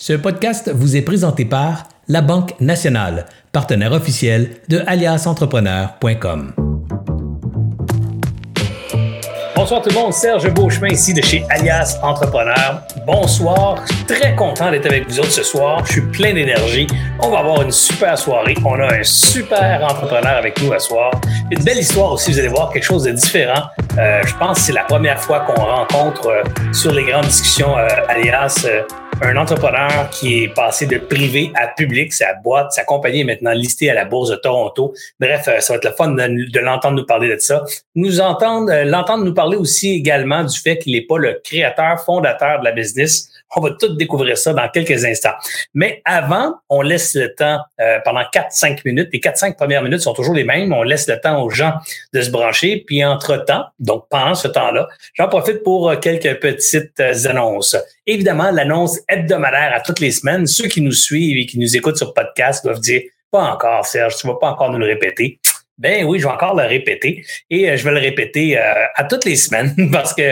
Ce podcast vous est présenté par La Banque Nationale, partenaire officiel de aliasentrepreneur.com. Bonsoir tout le monde, Serge Beauchemin ici de chez Alias Entrepreneur. Bonsoir, je suis très content d'être avec vous autres ce soir. Je suis plein d'énergie. On va avoir une super soirée. On a un super entrepreneur avec nous ce soir. Une belle histoire aussi, vous allez voir quelque chose de différent. Je pense que c'est la première fois qu'on rencontre sur les grandes discussions Alias un entrepreneur qui est passé de privé à public. Sa boîte, sa compagnie est maintenant listée à la Bourse de Toronto. Bref, ça va être le fun de l'entendre nous parler de ça. L'entendre nous parler aussi également du fait qu'il n'est pas le créateur, fondateur de la business. On va tout découvrir ça dans quelques instants. Mais avant, on laisse le temps pendant 4-5 minutes. Les 4-5 premières minutes sont toujours les mêmes. On laisse le temps aux gens de se brancher. Puis entre-temps, donc pendant ce temps-là, j'en profite pour quelques petites annonces. Évidemment, l'annonce hebdomadaire à toutes les semaines. Ceux qui nous suivent et qui nous écoutent sur podcast doivent dire « Pas encore, Serge, tu vas pas encore nous le répéter. » Ben oui, je vais encore le répéter et je vais le répéter à toutes les semaines parce que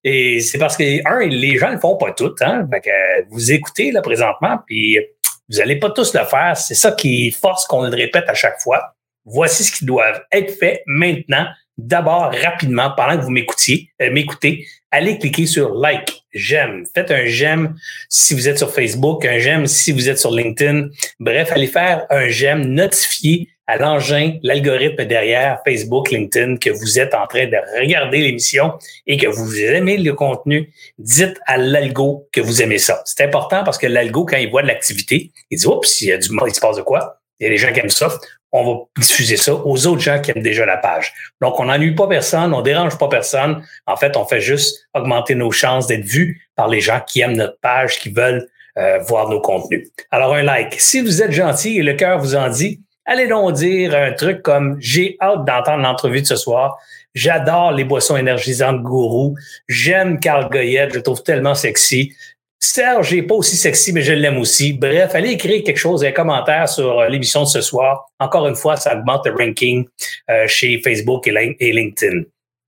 les gens le font pas toutes, hein. Fait que vous écoutez là présentement puis vous allez pas tous le faire. C'est ça qui force qu'on le répète à chaque fois. Voici ce qui doit être fait maintenant. D'abord, rapidement, pendant que vous m'écoutez, allez cliquer sur like, j'aime. Faites un j'aime si vous êtes sur Facebook, un j'aime si vous êtes sur LinkedIn. Bref, allez faire un j'aime, notifier à l'engin, l'algorithme derrière Facebook, LinkedIn, que vous êtes en train de regarder l'émission et que vous aimez le contenu. Dites à l'algo que vous aimez ça. C'est important parce que l'algo, quand il voit de l'activité, il dit « Oups, il y a du monde, il se passe de quoi? » Il y a des gens qui aiment ça. On va diffuser ça aux autres gens qui aiment déjà la page. Donc, on n'ennuie pas personne, on dérange pas personne. En fait, on fait juste augmenter nos chances d'être vus par les gens qui aiment notre page, qui veulent voir nos contenus. Alors, un like. Si vous êtes gentil et le cœur vous en dit, allez donc dire un truc comme « J'ai hâte d'entendre l'entrevue de ce soir. J'adore les boissons énergisantes Gourou. J'aime Carl Goyette, je le trouve tellement sexy. » Serge n'est pas aussi sexy, mais je l'aime aussi. Bref, allez écrire quelque chose, un commentaire sur l'émission de ce soir. Encore une fois, ça augmente le ranking chez Facebook et LinkedIn.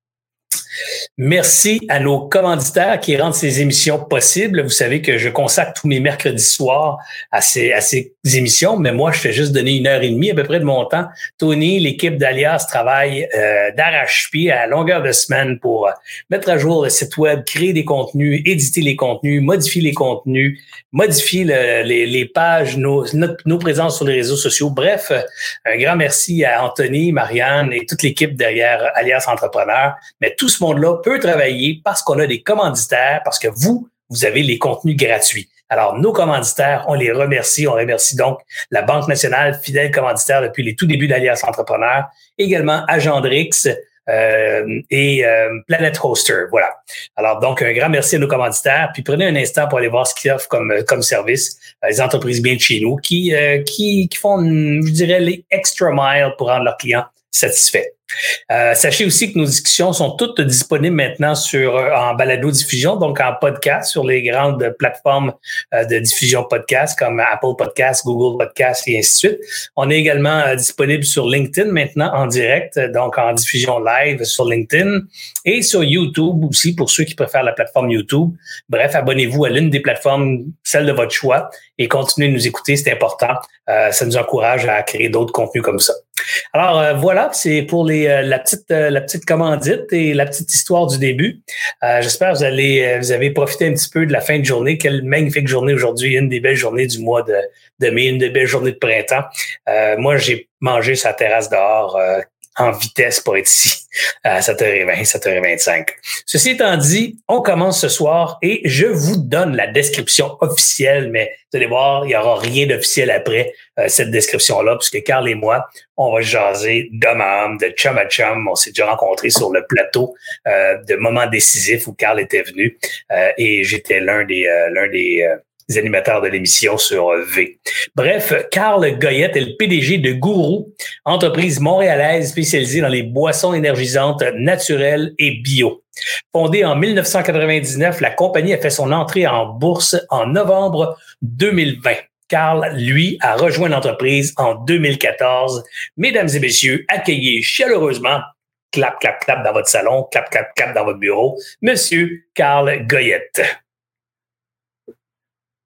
Merci à nos commanditaires qui rendent ces émissions possibles. Vous savez que je consacre tous mes mercredis soirs à ces émissions, mais moi, je fais juste donner 1h30 à peu près de mon temps. Tony, l'équipe d'Alias travaille d'arrache-pied à longueur de semaine pour mettre à jour le site web, créer des contenus, éditer les contenus, modifier les contenus, modifier les pages, nos présences sur les réseaux sociaux. Bref, un grand merci à Anthony, Marianne et toute l'équipe derrière Alias Entrepreneur. Mais tout ce monde-là peut travailler parce qu'on a des commanditaires, parce que vous avez les contenus gratuits. Alors, nos commanditaires, on les remercie. On remercie donc la Banque Nationale, fidèle commanditaire depuis les tout débuts d'Alias Entrepreneur, également Agendrix et Planet Hoster. Voilà. Alors, donc, un grand merci à nos commanditaires. Puis, prenez un instant pour aller voir ce qu'ils offrent comme service. Les entreprises bien de chez nous qui font, je dirais, les extra miles pour rendre leurs clients satisfaits. Sachez aussi que nos discussions sont toutes disponibles maintenant en balado-diffusion, donc en podcast sur les grandes plateformes de diffusion podcast comme Apple Podcast, Google Podcast et ainsi de suite. On est également disponible sur LinkedIn maintenant en direct, donc en diffusion live sur LinkedIn et sur YouTube aussi pour ceux qui préfèrent la plateforme YouTube. Bref, abonnez-vous à l'une des plateformes, celle de votre choix, et continuez de nous écouter, c'est important. Ça nous encourage à créer d'autres contenus comme ça. Alors voilà, c'est pour la petite commandite et la petite histoire du début. J'espère que vous avez profité un petit peu de la fin de journée. Quelle magnifique journée aujourd'hui, une des belles journées du mois de mai, une des belles journées de printemps. Moi, j'ai mangé sur la terrasse dehors en vitesse pour être ici à 7h20, 7h25. Ceci étant dit, on commence ce soir et je vous donne la description officielle, mais vous allez voir, il n'y aura rien d'officiel après cette description-là, puisque Carl et moi, on va jaser d'homme à homme, de chum à chum. On s'est déjà rencontrés sur le plateau de moments décisifs où Carl était venu et j'étais l'un des animateurs de l'émission sur V. Bref, Carl Goyette est le PDG de Gourou, entreprise montréalaise spécialisée dans les boissons énergisantes naturelles et bio. Fondée en 1999, la compagnie a fait son entrée en bourse en novembre 2020. Carl, lui, a rejoint l'entreprise en 2014. Mesdames et messieurs, accueillez chaleureusement, clap, clap, clap dans votre salon, clap, clap, clap dans votre bureau, Monsieur Carl Goyette.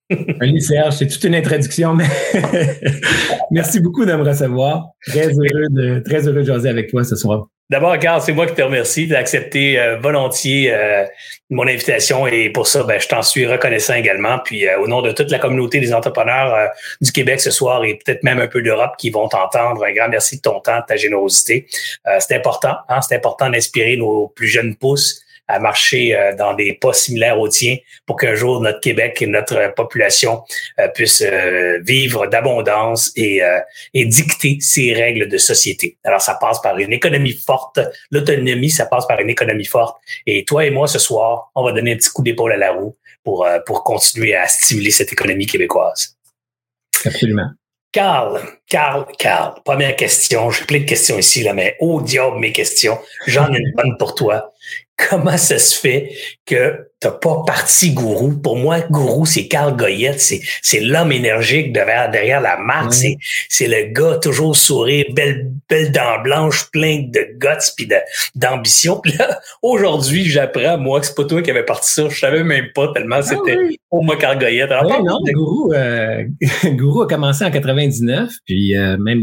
Salut Serge, c'est toute une introduction, mais merci beaucoup de me recevoir. Très heureux de jaser avec toi ce soir. D'abord, Carl, c'est moi qui te remercie d'accepter volontiers mon invitation et pour ça, je t'en suis reconnaissant également. Puis au nom de toute la communauté des entrepreneurs du Québec ce soir et peut-être même un peu d'Europe qui vont t'entendre, un grand merci de ton temps, de ta générosité. C'est important, c'est important d'inspirer nos plus jeunes pousses à marcher dans des pas similaires aux tiens pour qu'un jour notre Québec et notre population puissent vivre d'abondance et dicter ses règles de société. Alors, ça passe par une économie forte. L'autonomie, ça passe par une économie forte. Et toi et moi, ce soir, on va donner un petit coup d'épaule à la roue pour continuer à stimuler cette économie québécoise. Absolument. Carl, première question. J'ai plein de questions ici, là, mais au diable mes questions. J'en ai une bonne pour toi. Comment ça se fait que t'as pas parti Gourou? Pour moi, Gourou, c'est Carl Goyette, c'est l'homme énergique derrière la marque, c'est le gars toujours sourire, belle dents blanches, plein de guts puis d'ambition. Puis là, aujourd'hui, j'apprends, moi, que c'est pas toi qui avais parti ça. Je savais même pas tellement c'était pour moi Carl Goyette. Alors, non, Gourou a commencé en 99, puis même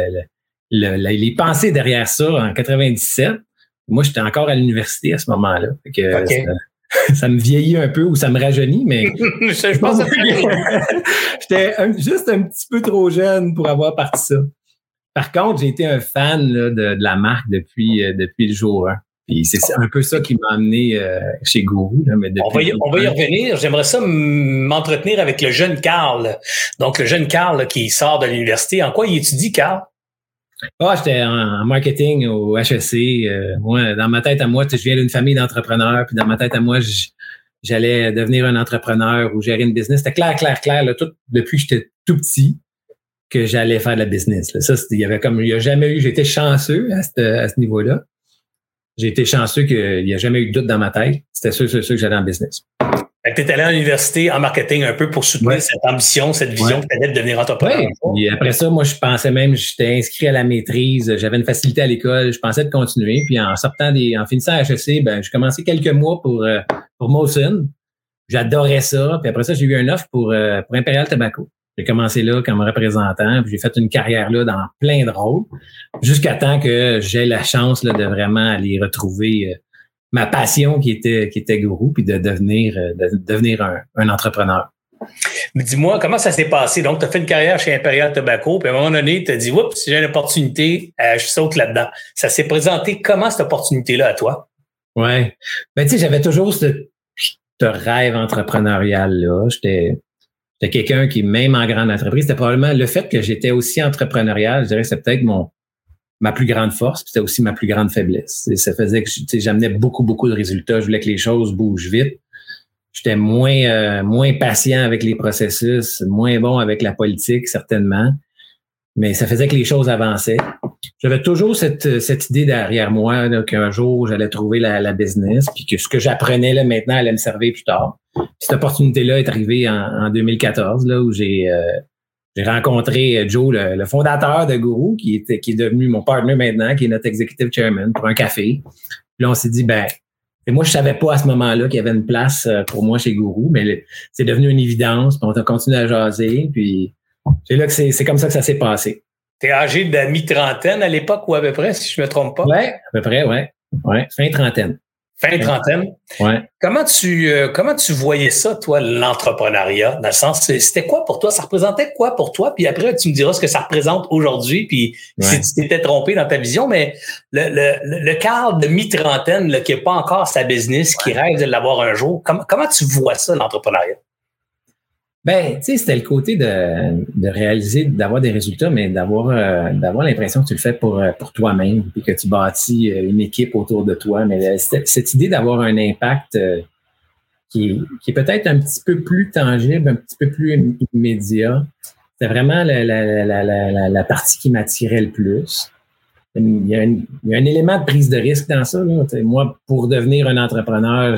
les pensées derrière ça en 97. Moi, j'étais encore à l'université à ce moment-là. Fait que ça me vieillit un peu ou ça me rajeunit, mais je pense que j'étais juste un petit peu trop jeune pour avoir parti ça. Par contre, j'ai été un fan là, de la marque depuis le jour 1. Puis c'est un peu ça qui m'a amené chez Gourou. Là, mais on va y revenir. J'aimerais ça m'entretenir avec le jeune Carl. Donc, le jeune Carl qui sort de l'université. En quoi il étudie, Carl? J'étais en marketing au HEC. Moi, dans ma tête à moi, je viens d'une famille d'entrepreneurs, puis dans ma tête à moi, j'allais devenir un entrepreneur ou gérer une business. C'était clair, là, depuis que j'étais tout petit, que j'allais faire de la business. Là. Ça, il y a jamais eu, j'étais chanceux à ce niveau-là. J'ai été chanceux qu'il n'y a jamais eu de doute dans ma tête. C'était sûr que j'allais en business. Tu es allé à l'université en marketing un peu pour soutenir cette ambition, cette vision que tu avais de devenir entrepreneur. Et après ça, moi, je pensais même, j'étais inscrit à la maîtrise, j'avais une facilité à l'école, je pensais de continuer. Puis en finissant à HEC, j'ai commencé quelques mois pour Molson. J'adorais ça. Puis après ça, j'ai eu une offre pour Imperial Tobacco. J'ai commencé là comme représentant, puis j'ai fait une carrière là dans plein de rôles, jusqu'à temps que j'ai la chance là, de vraiment aller retrouver ma passion qui était Gourou, puis de devenir un entrepreneur. Mais dis-moi, comment ça s'est passé? Donc, tu as fait une carrière chez Imperial Tobacco, puis à un moment donné, tu as dit, oups, si j'ai une opportunité, je saute là-dedans. Ça s'est présenté comment cette opportunité-là à toi? Ouais. Tu sais, j'avais toujours ce rêve entrepreneurial-là. J'étais quelqu'un qui, même en grande entreprise, c'était probablement le fait que j'étais aussi entrepreneurial, je dirais que c'est peut-être ma plus grande force, puis c'était aussi ma plus grande faiblesse. Et ça faisait que j'amenais beaucoup de résultats. Je voulais que les choses bougent vite. J'étais moins patient avec les processus, moins bon avec la politique, certainement. Mais ça faisait que les choses avançaient. J'avais toujours cette idée derrière moi là, qu'un jour, j'allais trouver la business, puis que ce que j'apprenais là maintenant allait me servir plus tard. Puis cette opportunité-là est arrivée en 2014, là, où j'ai rencontré Joe, le fondateur de Gourou, qui est devenu mon partner maintenant, qui est notre executive chairman, pour un café. Puis là, on s'est dit, et moi, je savais pas à ce moment-là qu'il y avait une place pour moi chez Gourou, mais c'est devenu une évidence, puis on a continué à jaser, puis c'est là que c'est comme ça que ça s'est passé. T'es âgé de mi-trentaine à l'époque ou à peu près, si je me trompe pas? Ouais, à peu près, ouais. Fin trentaine. Fin trentaine? Ouais. Comment tu voyais ça, toi, l'entrepreneuriat? Dans le sens, c'était quoi pour toi? Ça représentait quoi pour toi? Puis après, tu me diras ce que ça représente aujourd'hui, puis si tu t'étais trompé dans ta vision, mais le Carl de mi-trentaine, là, qui n'a pas encore sa business, qui rêve de l'avoir un jour, comment tu vois ça, l'entrepreneuriat? Tu sais, c'était le côté de réaliser, d'avoir des résultats, mais d'avoir l'impression que tu le fais pour toi-même, puis que tu bâtis une équipe autour de toi. Mais cette idée d'avoir un impact qui est peut-être un petit peu plus tangible, un petit peu plus immédiat, c'est vraiment la partie qui m'attirait le plus. Il y a un élément de prise de risque dans ça. Là. Moi, pour devenir un entrepreneur,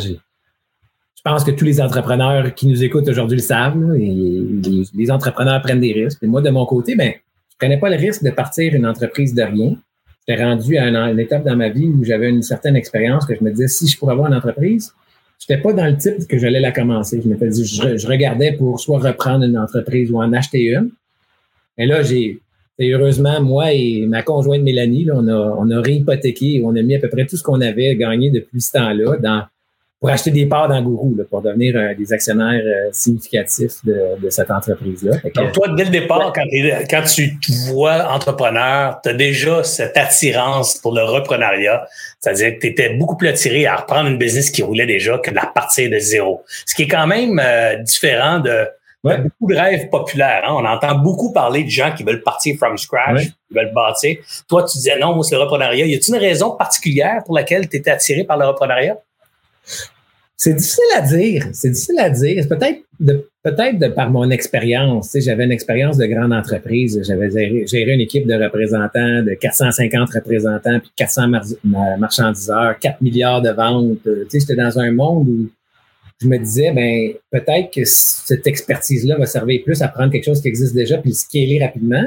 je pense que tous les entrepreneurs qui nous écoutent aujourd'hui le savent. Là, et les entrepreneurs prennent des risques. Et moi, de mon côté, je prenais pas le risque de partir une entreprise de rien. J'étais rendu à une étape dans ma vie où j'avais une certaine expérience que je me disais, si je pourrais avoir une entreprise, j'étais pas dans le type que j'allais la commencer. Je m'étais dit, je regardais pour soit reprendre une entreprise ou en acheter une. Mais là, heureusement, moi et ma conjointe Mélanie, là, on a réhypothéqué, on a mis à peu près tout ce qu'on avait gagné depuis ce temps-là pour acheter des parts dans Guru, là, pour devenir des actionnaires significatifs de cette entreprise-là. Donc, toi, dès le départ, quand tu te vois entrepreneur, tu as déjà cette attirance pour le reprenariat. C'est-à-dire que tu étais beaucoup plus attiré à reprendre une business qui roulait déjà que de la partir de zéro. Ce qui est quand même différent de beaucoup de rêves populaires. Hein? On entend beaucoup parler de gens qui veulent partir from scratch, qui veulent bâtir. Toi, tu disais non, moi, c'est le reprenariat. Y a-t-il une raison particulière pour laquelle tu étais attiré par le reprenariat? C'est difficile à dire. C'est peut-être par mon expérience. Tu sais, j'avais une expérience de grande entreprise. J'avais géré une équipe de représentants, de 450 représentants, puis 400 marchandiseurs, 4 milliards de ventes. Tu sais, j'étais dans un monde où je me disais, ben peut-être que cette expertise-là va servir plus à prendre quelque chose qui existe déjà puis le scaler rapidement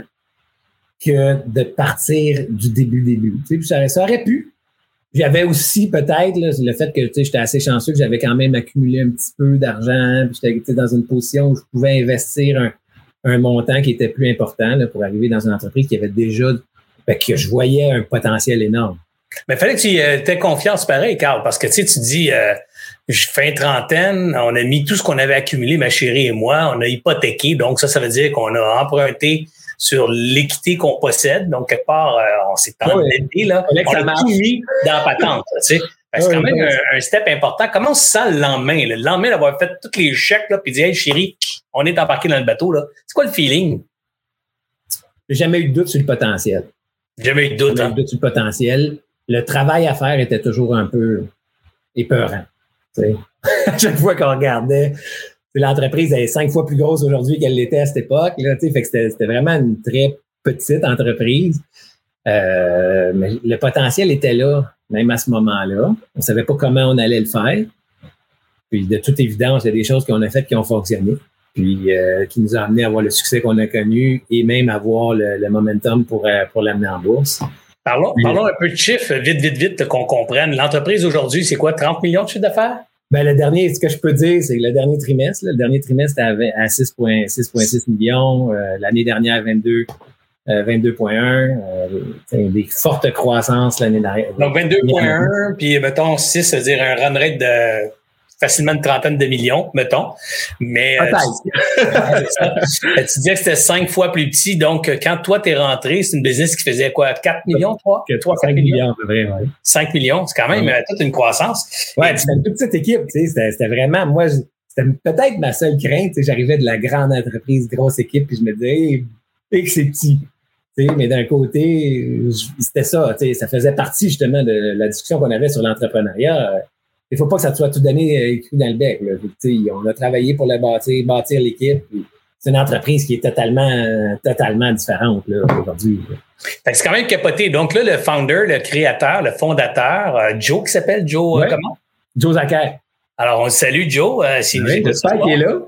que de partir du début. Tu sais, ça aurait pu. J'avais aussi peut-être là, le fait que j'étais assez chanceux, que j'avais quand même accumulé un petit peu d'argent, puis j'étais dans une position où je pouvais investir un montant qui était plus important là, pour arriver dans une entreprise qui avait déjà, que je voyais un potentiel énorme. Mais il fallait que tu aies confiance pareil, Carl, parce que tu dis, fin trentaine, on a mis tout ce qu'on avait accumulé, ma chérie et moi, on a hypothéqué, donc ça veut dire qu'on a emprunté sur l'équité qu'on possède. Donc, quelque part, on s'est endetté, là. On a tout mis dans la patente, tu sais. C'est quand même un step important. Comment on se sent le lendemain? Le lendemain d'avoir fait tous les chèques, là, puis dire, hey, chérie, on est embarqué dans le bateau, là. C'est quoi le feeling? J'ai jamais eu de doute sur le potentiel. Jamais eu de doute, Jamais eu de doute sur le potentiel. Le travail à faire était toujours un peu épeurant. Tu sais. À chaque fois qu'on regardait, l'entreprise est 5 fois plus grosse aujourd'hui qu'elle l'était à cette époque. Là, fait que c'était vraiment une très petite entreprise. Mais le potentiel était là, même à ce moment-là. On ne savait pas comment on allait le faire. Puis de toute évidence, il y a des choses qu'on a faites qui ont fonctionné, puis qui nous ont amené à avoir le succès qu'on a connu et même avoir le momentum pour l'amener en bourse. Parlons un peu de chiffres, vite, qu'on comprenne. L'entreprise aujourd'hui, c'est quoi, 30 millions de chiffre d'affaires? Ben, ce que je peux dire, c'est que le dernier trimestre était à 6,6 millions. L'année dernière, 22,1. Des fortes croissances l'année dernière. Donc, 22,1, puis mettons 6, c'est-à-dire un run rate de facilement une trentaine de millions, mettons. Mais tu disais que c'était 5 fois plus petit. Donc, quand toi, t'es rentré, c'est une business qui faisait quoi? 4 millions, 3? 5 millions, à peu près, oui. 5 millions, c'est quand même toute une croissance. Oui, c'était une toute petite équipe. C'était vraiment, moi, c'était peut-être ma seule crainte. J'arrivais de la grande entreprise, grosse équipe, puis je me disais, que c'est petit. Mais d'un côté, c'était ça. Ça faisait partie justement de la discussion qu'on avait sur l'entrepreneuriat. Il faut pas que ça te soit tout donné écrit dans le bec. Là. On a travaillé pour le bâtir l'équipe. C'est une entreprise qui est totalement différente là, aujourd'hui. C'est quand même capoté. Donc là, le founder, le créateur, le fondateur, Joe, qui s'appelle Joe, comment? Joe Zakher. Alors, on le salue, Joe. J'espère qu'il est là.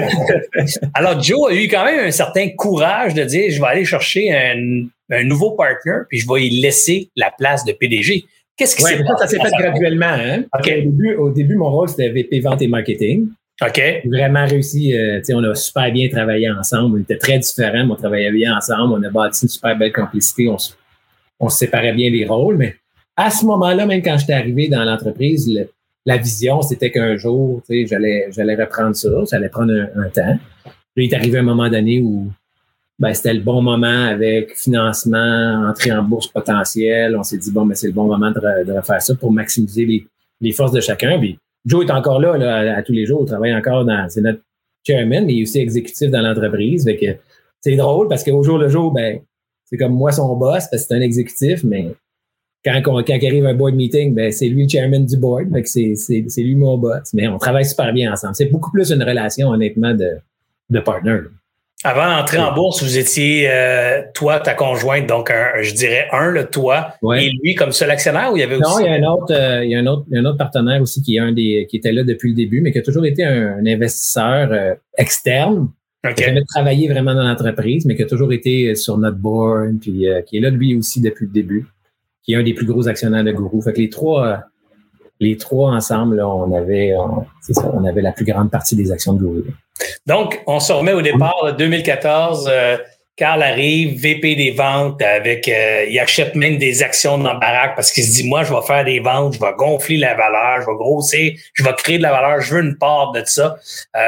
Alors, Joe a eu quand même un certain courage de dire, je vais aller chercher un nouveau partner, puis je vais y laisser la place de PDG. Qu'est-ce qui s'est passé? Ça s'est fait graduellement. Hein? Okay. Au début, mon rôle, c'était VP Vente et Marketing. OK. J'ai vraiment réussi. On a super bien travaillé ensemble. On était très différents, mais on travaillait bien ensemble. On a bâti une super belle complicité. On se séparait bien les rôles. Mais à ce moment-là, même quand j'étais arrivé dans l'entreprise, la vision, c'était qu'un jour, j'allais reprendre ça. Ça allait prendre un temps. Puis, il est arrivé un moment donné où c'était le bon moment avec financement, entrée en bourse potentielle. On s'est dit, c'est le bon moment de refaire ça pour maximiser les forces de chacun. Puis Joe est encore là à tous les jours. Il travaille encore c'est notre chairman, mais il est aussi exécutif dans l'entreprise. Fait que c'est drôle parce qu'au jour le jour, c'est comme moi son boss parce que c'est un exécutif, mais quand arrive un board meeting, c'est lui le chairman du board. Fait que c'est lui mon boss. Mais on travaille super bien ensemble. C'est beaucoup plus une relation, honnêtement, de partner. Avant d'entrer en bourse, vous étiez, toi, ta conjointe, donc je dirais toi et lui comme seul actionnaire ou il y avait aussi... Non, il y a un autre partenaire aussi qui était là depuis le début, mais qui a toujours été un investisseur externe. Okay. Qui a jamais travaillé vraiment dans l'entreprise, mais qui a toujours été sur notre board, puis qui est là lui aussi depuis le début, qui est un des plus gros actionnaires de Guru. Fait que les trois, les trois ensemble, là, on avait la plus grande partie des actions de Guru. Donc, on se remet au départ, 2014. Carl arrive, VP des ventes, il achète même des actions dans la baraque parce qu'il se dit, moi, je vais faire des ventes, je vais gonfler la valeur, je vais grossir, je vais créer de la valeur, je veux une part de ça.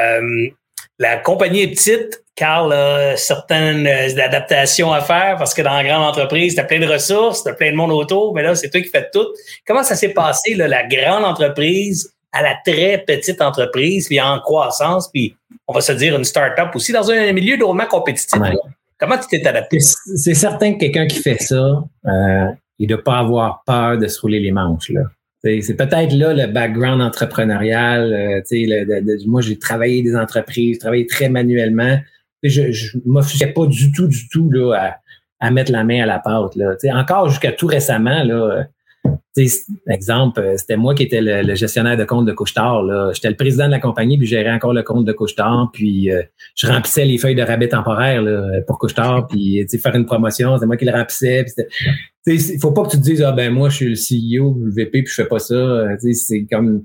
La compagnie est petite. Carl a certaines adaptations à faire parce que dans la grande entreprise, tu as plein de ressources, tu as plein de monde autour, mais là, c'est toi qui fais tout. Comment ça s'est passé, là, la grande entreprise à la très petite entreprise, puis en croissance, puis on va se dire une start-up aussi dans un milieu drôlement compétitif? Ouais. Comment tu t'es adapté? C'est certain que quelqu'un qui fait ça, il ne doit pas avoir peur de se rouler les manches, là. C'est peut-être là le background entrepreneurial. Moi, j'ai travaillé des entreprises, travaillé très manuellement. Je m'offusquais pas du tout là, à mettre la main à la pâte. Là. Encore jusqu'à tout récemment, là, exemple, c'était moi qui étais le gestionnaire de compte de Couche-Tard. Là. J'étais le président de la compagnie, puis je gérais encore le compte de Couche-Tard, puis je remplissais les feuilles de rabais temporaires là, pour Couche-Tard, puis faire une promotion, c'est moi qui le remplissais. Il faut pas que tu te dises moi je suis le CEO, le VP, puis je fais pas ça. C'est comme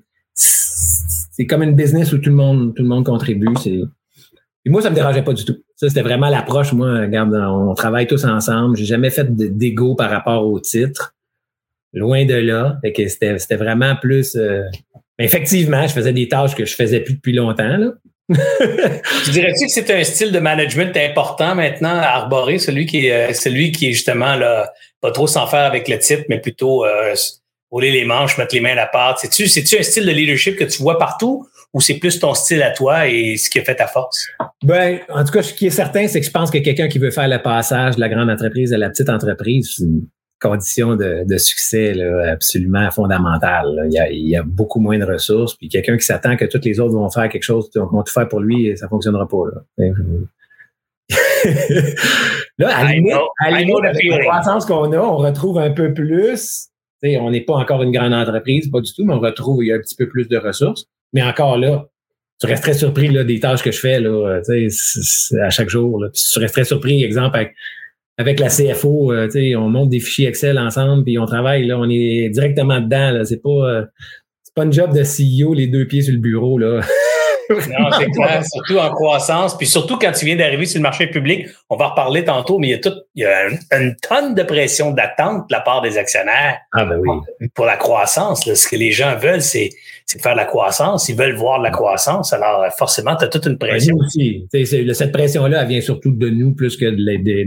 une business où tout le monde contribue. Et moi, ça me dérangeait pas du tout. Ça, c'était vraiment l'approche. Moi, regarde, on travaille tous ensemble. J'ai jamais fait d'égo par rapport au titre. Loin de là. Fait que c'était vraiment plus... effectivement, je faisais des tâches que je faisais plus depuis longtemps. Là. Tu dirais-tu que c'est un style de management important maintenant à arborer, celui qui est justement là, pas trop s'en faire avec le titre, mais plutôt rouler les manches, mettre les mains à la pâte. C'est-tu un style de leadership que tu vois partout ou c'est plus ton style à toi et ce qui a fait ta force? En tout cas, ce qui est certain, c'est que je pense que quelqu'un qui veut faire le passage de la grande entreprise à la petite entreprise, c'est une condition de succès là, absolument fondamentale. Là. Il y a beaucoup moins de ressources, puis quelqu'un qui s'attend que tous les autres vont faire quelque chose, vont tout faire pour lui, ça fonctionnera pas. Là. Là, à la croissance qu'on a, on retrouve un peu plus. On n'est pas encore une grande entreprise, pas du tout, mais on retrouve, il y a un petit peu plus de ressources. Mais encore là, tu resterais surpris là, des tâches que je fais là, à chaque jour. Là. Puis tu resterais surpris, exemple, avec la CFO, on monte des fichiers Excel ensemble, puis on travaille, là, on est directement dedans. Là. C'est pas une job de CEO, les deux pieds sur le bureau. Là. Non, c'est clair, surtout en croissance. Puis surtout quand tu viens d'arriver sur le marché public, on va en reparler tantôt, mais il y a une tonne de pression d'attente de la part des actionnaires. Ah ben oui. Pour la croissance. Là. Ce que les gens veulent, c'est faire de la croissance. Ils veulent voir de la croissance. Alors, forcément, tu as toute une pression. Ben, nous aussi. Cette pression-là, elle vient surtout de nous plus que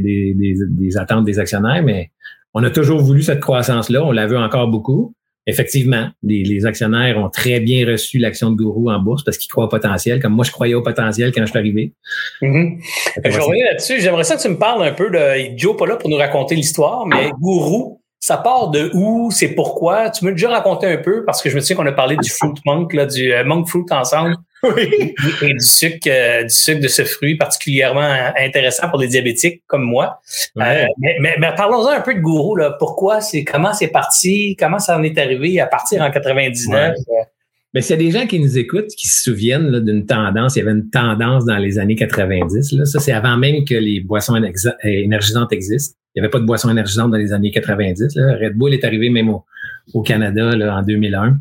des attentes des actionnaires, mais on a toujours voulu cette croissance-là. On la veut encore beaucoup. Effectivement, les actionnaires ont très bien reçu l'action de Guru en bourse parce qu'ils croient au potentiel, comme moi, je croyais au potentiel quand je suis arrivé. Mm-hmm. Je reviens là-dessus. J'aimerais ça que tu me parles un peu de... Joe n'est pas là pour nous raconter l'histoire, mais Guru, ça part de où? C'est pourquoi? Tu m'as déjà raconté un peu parce que je me souviens qu'on a parlé du fruit monk, là, du monk fruit ensemble. Oui. Et du sucre de ce fruit particulièrement intéressant pour les diabétiques comme moi. Ouais. Mais parlons-en un peu de Guru, là. Comment c'est parti? Comment ça en est arrivé à partir en 99? Ouais. Mais s'il y a des gens qui nous écoutent, qui se souviennent là, d'une tendance, il y avait une tendance dans les années 90. Là, ça, c'est avant même que les boissons énergisantes existent. Il n'y avait pas de boissons énergisantes dans les années 90. Là. Red Bull est arrivé même au Canada là, en 2001.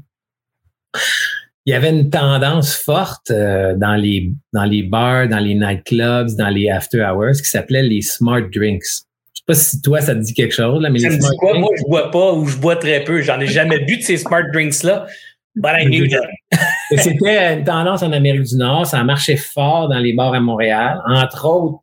Il y avait une tendance forte dans les bars, dans les nightclubs, dans les after hours qui s'appelait les smart drinks. Je sais pas si toi, ça te dit quelque chose. Là, mais ça me dit quoi? Moi, je bois pas ou je bois très peu. J'en ai jamais bu de ces smart drinks-là. But I knew that. C'était une tendance en Amérique du Nord. Ça marchait fort dans les bars à Montréal. Entre autres,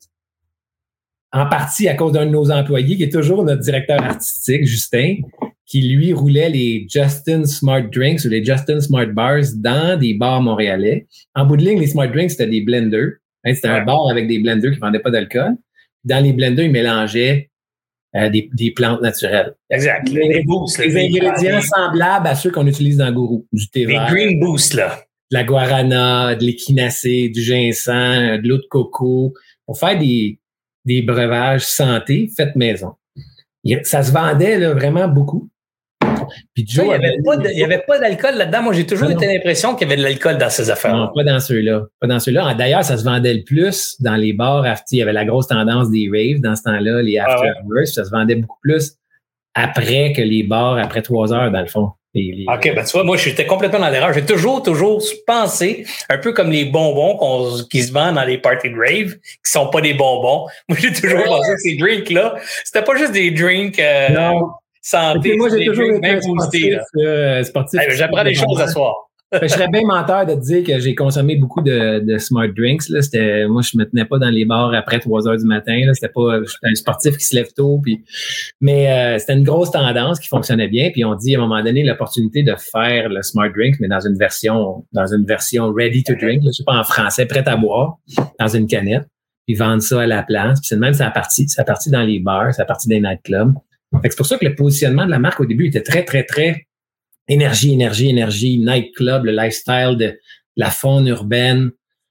en partie à cause d'un de nos employés, qui est toujours notre directeur artistique, Justin, qui, lui, roulait les Justin Smart Drinks ou les Justin Smart Bars dans des bars montréalais. En bout de ligne, les Smart Drinks, c'était des blenders. C'était un bar avec des blenders qui ne vendaient pas d'alcool. Dans les blenders, ils mélangeaient des plantes naturelles. Exact. Les ingrédients semblables à ceux qu'on utilise dans Guru. Du thé vert. Des Green Boost, là. De la guarana, de l'échinacée, du ginseng, de l'eau de coco. Pour faire des breuvages santé faits maison. Ça se vendait là, vraiment beaucoup. Puis Joe, il n'y avait pas d'alcool là-dedans. Moi, j'ai toujours eu l'impression qu'il y avait de l'alcool dans ces affaires-là. Non, pas dans ceux-là. D'ailleurs, ça se vendait le plus dans les bars. Il y avait la grosse tendance des raves dans ce temps-là, les after hours. Ça se vendait beaucoup plus après que les bars après 3 heures, dans le fond. OK, ben tu vois, moi, j'étais complètement dans l'erreur. J'ai toujours pensé, un peu comme les bonbons qui se vendent dans les parties de rave, qui sont pas des bonbons. Moi, j'ai toujours pensé que ces drinks-là, c'était pas juste des drinks santé, moi, j'ai des toujours drinks été bien boostés. sportif. J'apprends des choses à soir. Je serais bien menteur de te dire que j'ai consommé beaucoup de smart drinks. Là. Moi, je me tenais pas dans les bars après 3 heures du matin. Là. J'étais un sportif qui se lève tôt. Mais c'était une grosse tendance qui fonctionnait bien. Puis on dit à un moment donné l'opportunité de faire le smart drink, mais dans une version ready to drink. Là, je sais pas en français, prêt à boire, dans une canette. Puis vendre ça à la place. Puis c'est de même, ça a parti dans les bars, ça a parti des nightclubs. Fait que c'est pour ça que le positionnement de la marque au début était très, très, très énergie, nightclub, le lifestyle de la faune urbaine.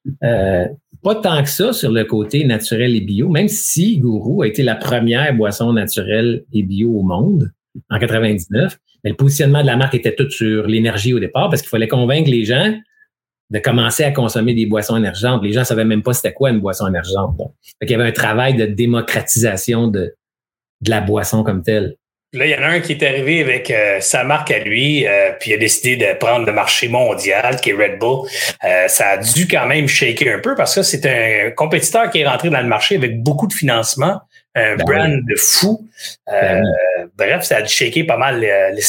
Pas tant que ça sur le côté naturel et bio, même si GURU a été la première boisson naturelle et bio au monde en 99. Mais le positionnement de la marque était tout sur l'énergie au départ parce qu'il fallait convaincre les gens de commencer à consommer des boissons énergentes. Les gens savaient même pas c'était quoi une boisson énergente. Fait qu'il y avait un travail de démocratisation de la boisson comme telle. Là, il y en a un qui est arrivé avec sa marque à lui, puis il a décidé de prendre le marché mondial, qui est Red Bull. Ça a dû quand même shaker un peu parce que c'est un compétiteur qui est rentré dans le marché avec beaucoup de financement, un brand de fou. Bref, ça a dû shaker pas mal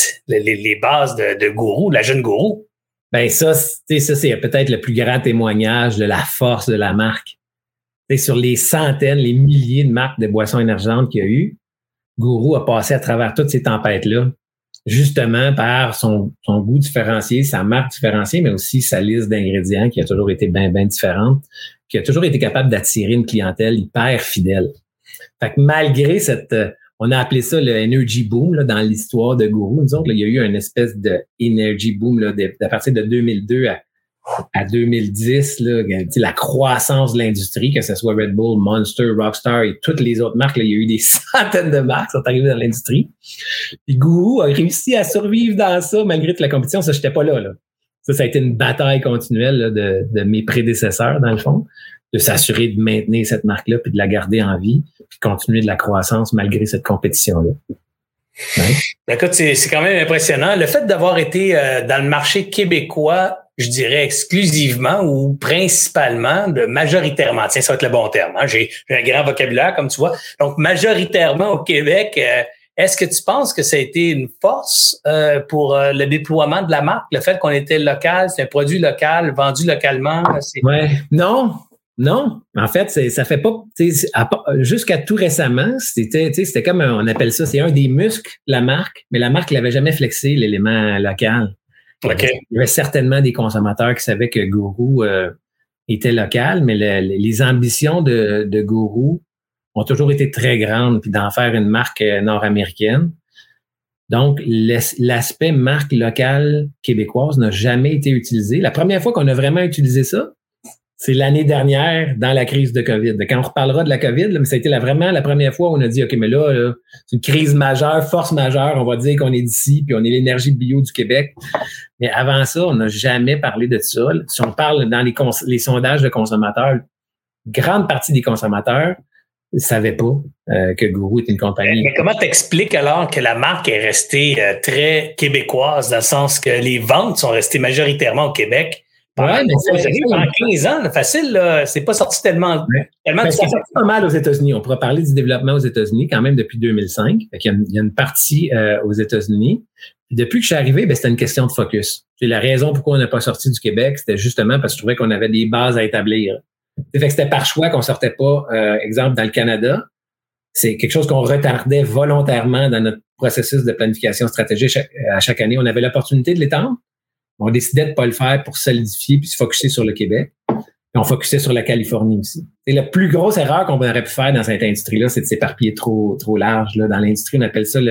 les bases de GURU, de la jeune GURU. Ben ça, c'est peut-être le plus grand témoignage de la force de la marque. T'sais, sur les centaines, les milliers de marques de boissons énergentes qu'il y a eu, GURU a passé à travers toutes ces tempêtes-là, justement par son goût différencié, sa marque différenciée, mais aussi sa liste d'ingrédients qui a toujours été bien différente, qui a toujours été capable d'attirer une clientèle hyper fidèle. Fait que malgré on a appelé ça le energy boom là, dans l'histoire de GURU. Nous autres, là, il y a eu une espèce de energy boom là, à partir de 2002 à 2010, là, la croissance de l'industrie, que ce soit Red Bull, Monster, Rockstar et toutes les autres marques, là, il y a eu des centaines de marques qui sont arrivées dans l'industrie. Puis GURU a réussi à survivre dans ça malgré toute la compétition. Ça, j'étais pas là. Ça a été une bataille continuelle là, de mes prédécesseurs, dans le fond, de s'assurer de maintenir cette marque-là puis de la garder en vie puis de continuer de la croissance malgré cette compétition-là. Ouais. Écoute, c'est quand même impressionnant. Le fait d'avoir été dans le marché québécois, je dirais exclusivement ou principalement, majoritairement, tiens, ça va être le bon terme. Hein? J'ai un grand vocabulaire, comme tu vois. Donc, majoritairement au Québec, est-ce que tu penses que ça a été une force pour le déploiement de la marque? Le fait qu'on était local, c'est un produit local, vendu localement? Ouais, non. En fait, ça fait pas, jusqu'à tout récemment, c'était comme on appelle ça, c'est un des muscles, la marque, mais la marque l'avait jamais flexé, l'élément local. Okay. Il y avait certainement des consommateurs qui savaient que GURU était local, mais les ambitions de GURU ont toujours été très grandes, puis d'en faire une marque nord-américaine. Donc, l'aspect marque locale québécoise n'a jamais été utilisé. La première fois qu'on a vraiment utilisé ça, c'est l'année dernière, dans la crise de COVID. Quand on reparlera de la COVID, là, mais ça a été vraiment la première fois où on a dit, OK, mais là, c'est une crise majeure, force majeure, on va dire qu'on est d'ici, puis on est l'énergie bio du Québec. Mais avant ça, on n'a jamais parlé de ça. Si on parle dans les sondages de consommateurs, grande partie des consommateurs ne savaient pas que GURU était une compagnie. Mais comment t'expliques alors que la marque est restée très québécoise, dans le sens que les ventes sont restées majoritairement au Québec? Ouais, mais pendant 15 ans, facile, là, c'est pas sorti tellement. Ça sorti pas mal aux États-Unis. On pourra parler du développement aux États-Unis quand même depuis 2005. Il y a une partie aux États-Unis. Puis depuis que je suis arrivé, c'était une question de focus. C'est la raison pourquoi on n'a pas sorti du Québec, c'était justement parce que je trouvais qu'on avait des bases à établir. Fait que c'était par choix qu'on sortait pas, exemple, dans le Canada. C'est quelque chose qu'on retardait volontairement dans notre processus de planification stratégique à chaque année. On avait l'opportunité de l'étendre. On décidait de pas le faire pour solidifier puis se focusser sur le Québec. Et on focusait sur la Californie aussi. Et la plus grosse erreur qu'on aurait pu faire dans cette industrie-là, c'est de s'éparpiller trop large. Là. Dans l'industrie, on appelle ça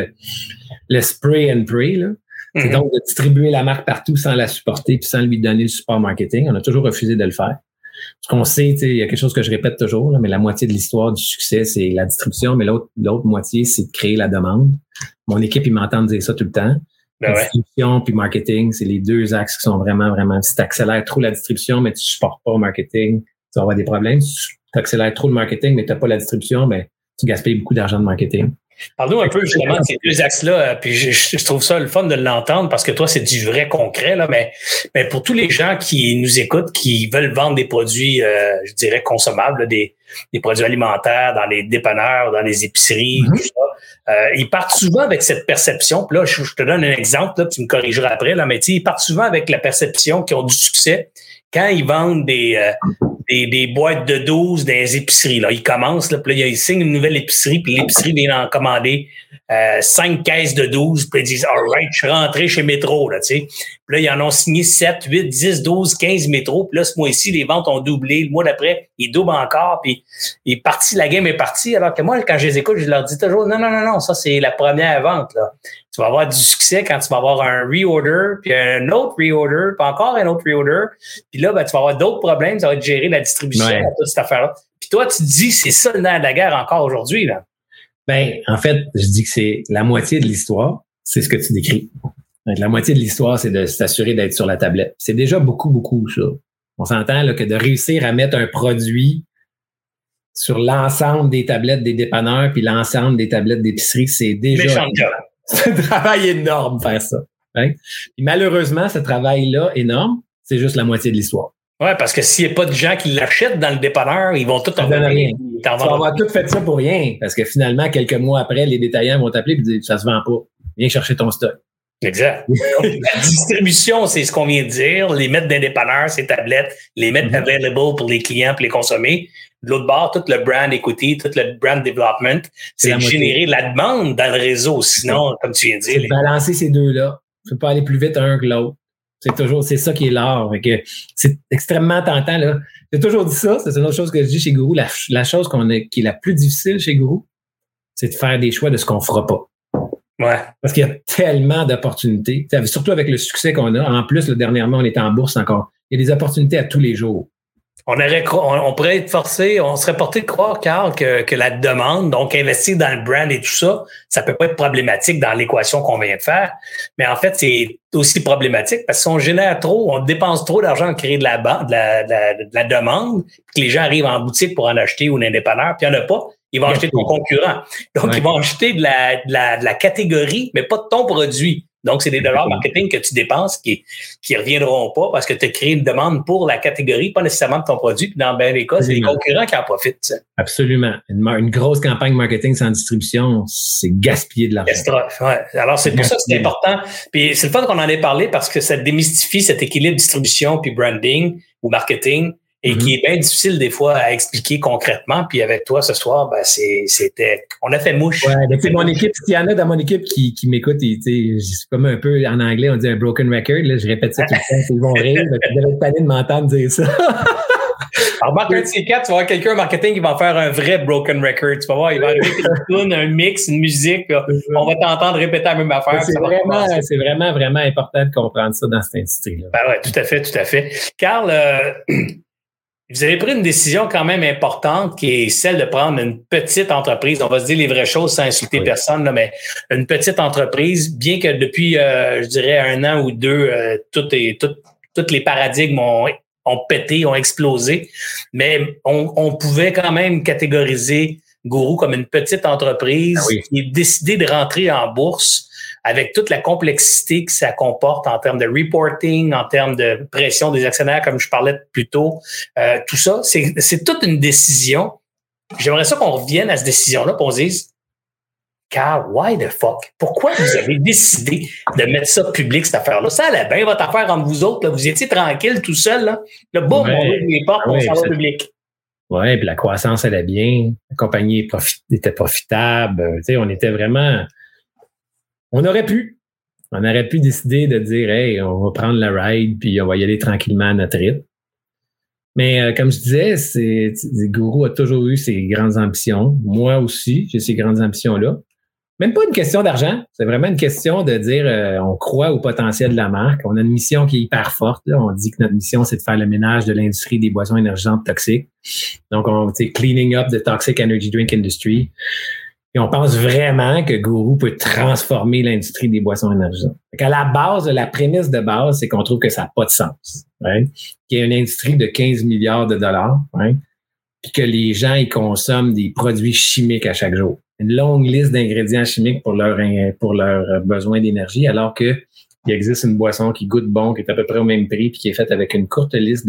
le spray and pray. Là. C'est donc de distribuer la marque partout sans la supporter puis sans lui donner le support marketing. On a toujours refusé de le faire. Ce qu'on sait, il y a quelque chose que je répète toujours, là, mais la moitié de l'histoire du succès, c'est la distribution, mais l'autre moitié, c'est de créer la demande. Mon équipe, ils m'entendent dire ça tout le temps. La distribution puis marketing, c'est les deux axes qui sont vraiment, vraiment... Si tu accélères trop la distribution, mais tu ne supportes pas le marketing, tu vas avoir des problèmes. Si tu accélères trop le marketing, mais tu n'as pas la distribution, ben tu gaspilles beaucoup d'argent de marketing. Parle-nous un peu justement de ces deux axes-là, puis je trouve ça le fun de l'entendre parce que toi, c'est du vrai concret, là, mais pour tous les gens qui nous écoutent, qui veulent vendre des produits, je dirais, consommables, là, des produits alimentaires dans les dépanneurs, dans les épiceries, tout ça, ils partent souvent avec cette perception. Puis là, je te donne un exemple, là, tu me corrigeras après, là, mais ils partent souvent avec la perception qu'ils ont du succès quand ils vendent des boîtes de 12 dans les épiceries. Là. Ils commencent, là, puis là, ils signent une nouvelle épicerie, puis l'épicerie vient en commander 5 caisses de 12, puis ils disent « All right, je suis rentré chez Métro. » Là, tu sais. Puis là, ils en ont signé 7, 8, 10, 12, 15 Métro. Puis là, ce mois-ci, les ventes ont doublé. Le mois d'après, ils doublent encore. Puis la game est partie. Alors que moi, quand je les écoute, je leur dis toujours « Non, ça, c'est la première vente. Là. Tu vas avoir du succès quand tu vas avoir un reorder, puis un autre reorder, puis encore un autre reorder. Puis là, ben, tu vas avoir d'autres problèmes. Ça va te gérer la distribution, toute cette affaire-là. Puis toi, tu te dis, c'est ça le nerf de la guerre encore aujourd'hui, là. Ben, en fait, je dis que c'est la moitié de l'histoire, c'est ce que tu décris. Donc, la moitié de l'histoire, c'est de s'assurer d'être sur la tablette. C'est déjà beaucoup, ça. On s'entend là, que de réussir à mettre un produit sur l'ensemble des tablettes des dépanneurs puis l'ensemble des tablettes d'épicerie, c'est déjà... C'est un travail énorme faire ça. Hein? Puis malheureusement, ce travail-là énorme, c'est juste la moitié de l'histoire. Ouais, parce que s'il n'y a pas de gens qui l'achètent dans le dépanneur, ils vont tout en vendre rien. Tu vas avoir tout fait ça pour rien. Parce que finalement, quelques mois après, les détaillants vont t'appeler et dire ça se vend pas. Viens chercher ton stock. Exact. La distribution, c'est ce qu'on vient de dire. Les mettre dans les dépanneurs, ces tablettes, les mettre available pour les clients pour les consommer. De l'autre bord, tout le brand equity, tout le brand development, c'est de générer de la demande dans le réseau. Sinon, comme tu viens de dire... C'est de balancer ces deux-là. Tu peux pas aller plus vite un que l'autre. C'est ça qui est l'art. C'est extrêmement tentant, là. J'ai toujours dit ça. C'est une autre chose que je dis chez Guru. La chose qui est la plus difficile chez Guru, c'est de faire des choix de ce qu'on fera pas. Ouais. Parce qu'il y a tellement d'opportunités. Surtout avec le succès qu'on a. En plus, là, dernièrement, on est en bourse encore. Il y a des opportunités à tous les jours. On pourrait être forcé, on serait porté de croire, Carl, que la demande, donc investir dans le brand et tout ça, ça peut pas être problématique dans l'équation qu'on vient de faire. Mais en fait, c'est aussi problématique parce qu'on génère trop, on dépense trop d'argent à créer de la demande, puis que les gens arrivent en boutique pour en acheter ou dans un dépanneur, puis il n'y en a pas. Ils vont acheter de ton concurrent. Donc, ils vont acheter de la catégorie, mais pas de ton produit. Donc, c'est des dollars marketing que tu dépenses qui reviendront pas parce que tu as créé une demande pour la catégorie, pas nécessairement de ton produit. Puis dans bien des cas, c'est les concurrents qui en profitent. Ça. Absolument. Une grosse campagne marketing sans distribution, c'est gaspiller de l'argent. Ouais. Alors, c'est pour ça que c'est important. Puis c'est le fun qu'on en ait parlé parce que ça démystifie cet équilibre distribution puis branding ou marketing et qui est bien difficile des fois à expliquer concrètement. Puis avec toi ce soir, ben on a fait mouche. Ouais, ben, mon équipe, s'il y en a dans mon équipe qui m'écoute, c'est comme un peu en anglais, on dit un broken record. Là, je répète ça tout le temps, ils vont rire. Ils devraient être tannés de m'entendre dire ça. Alors, remarque, un de ces quatre, tu vas avoir quelqu'un en marketing qui va faire un vrai broken record. Tu vas voir, il va arriver une tune, un mix, une musique. Là. On va t'entendre répéter la même affaire. C'est vraiment important de comprendre ça dans cette industrie-là. Ben ouais, tout à fait. Carl, vous avez pris une décision quand même importante qui est celle de prendre une petite entreprise. On va se dire les vraies choses sans insulter personne, là, mais une petite entreprise, bien que depuis, je dirais, 1 an ou 2, tous les paradigmes ont pété, ont explosé, mais on pouvait quand même catégoriser Guru comme une petite entreprise qui est décidée de rentrer en bourse avec toute la complexité que ça comporte en termes de reporting, en termes de pression des actionnaires, comme je parlais plus tôt. Tout ça, c'est toute une décision. J'aimerais ça qu'on revienne à cette décision-là et on se dise, Carl, why the fuck? Pourquoi vous avez décidé de mettre ça public, cette affaire-là? Ça allait bien, votre affaire entre vous autres. Là, vous étiez tranquille tout seul. Là, boum, on ouvre les portes, on s'en va au public. Oui, puis la croissance allait bien. La compagnie était profitable. On était vraiment... On aurait pu décider de dire, hey, on va prendre la ride puis on va y aller tranquillement à notre rythme. Mais comme je disais, Guru a toujours eu ses grandes ambitions. Moi aussi, j'ai ces grandes ambitions-là. Même pas une question d'argent. C'est vraiment une question de dire, on croit au potentiel de la marque. On a une mission qui est hyper forte. Là. On dit que notre mission, c'est de faire le ménage de l'industrie des boissons énergisantes toxiques. Donc, cleaning up the toxic energy drink industry. Et on pense vraiment que Guru peut transformer l'industrie des boissons énergisantes. À la base, la prémisse de base, c'est qu'on trouve que ça n'a pas de sens. Right? Qu'il y a une industrie de 15 milliards de dollars, right? Puis que les gens ils consomment des produits chimiques à chaque jour. une longue liste d'ingrédients chimiques pour leur besoin d'énergie, alors que il existe une boisson qui goûte bon, qui est à peu près au même prix, puis qui est faite avec une courte liste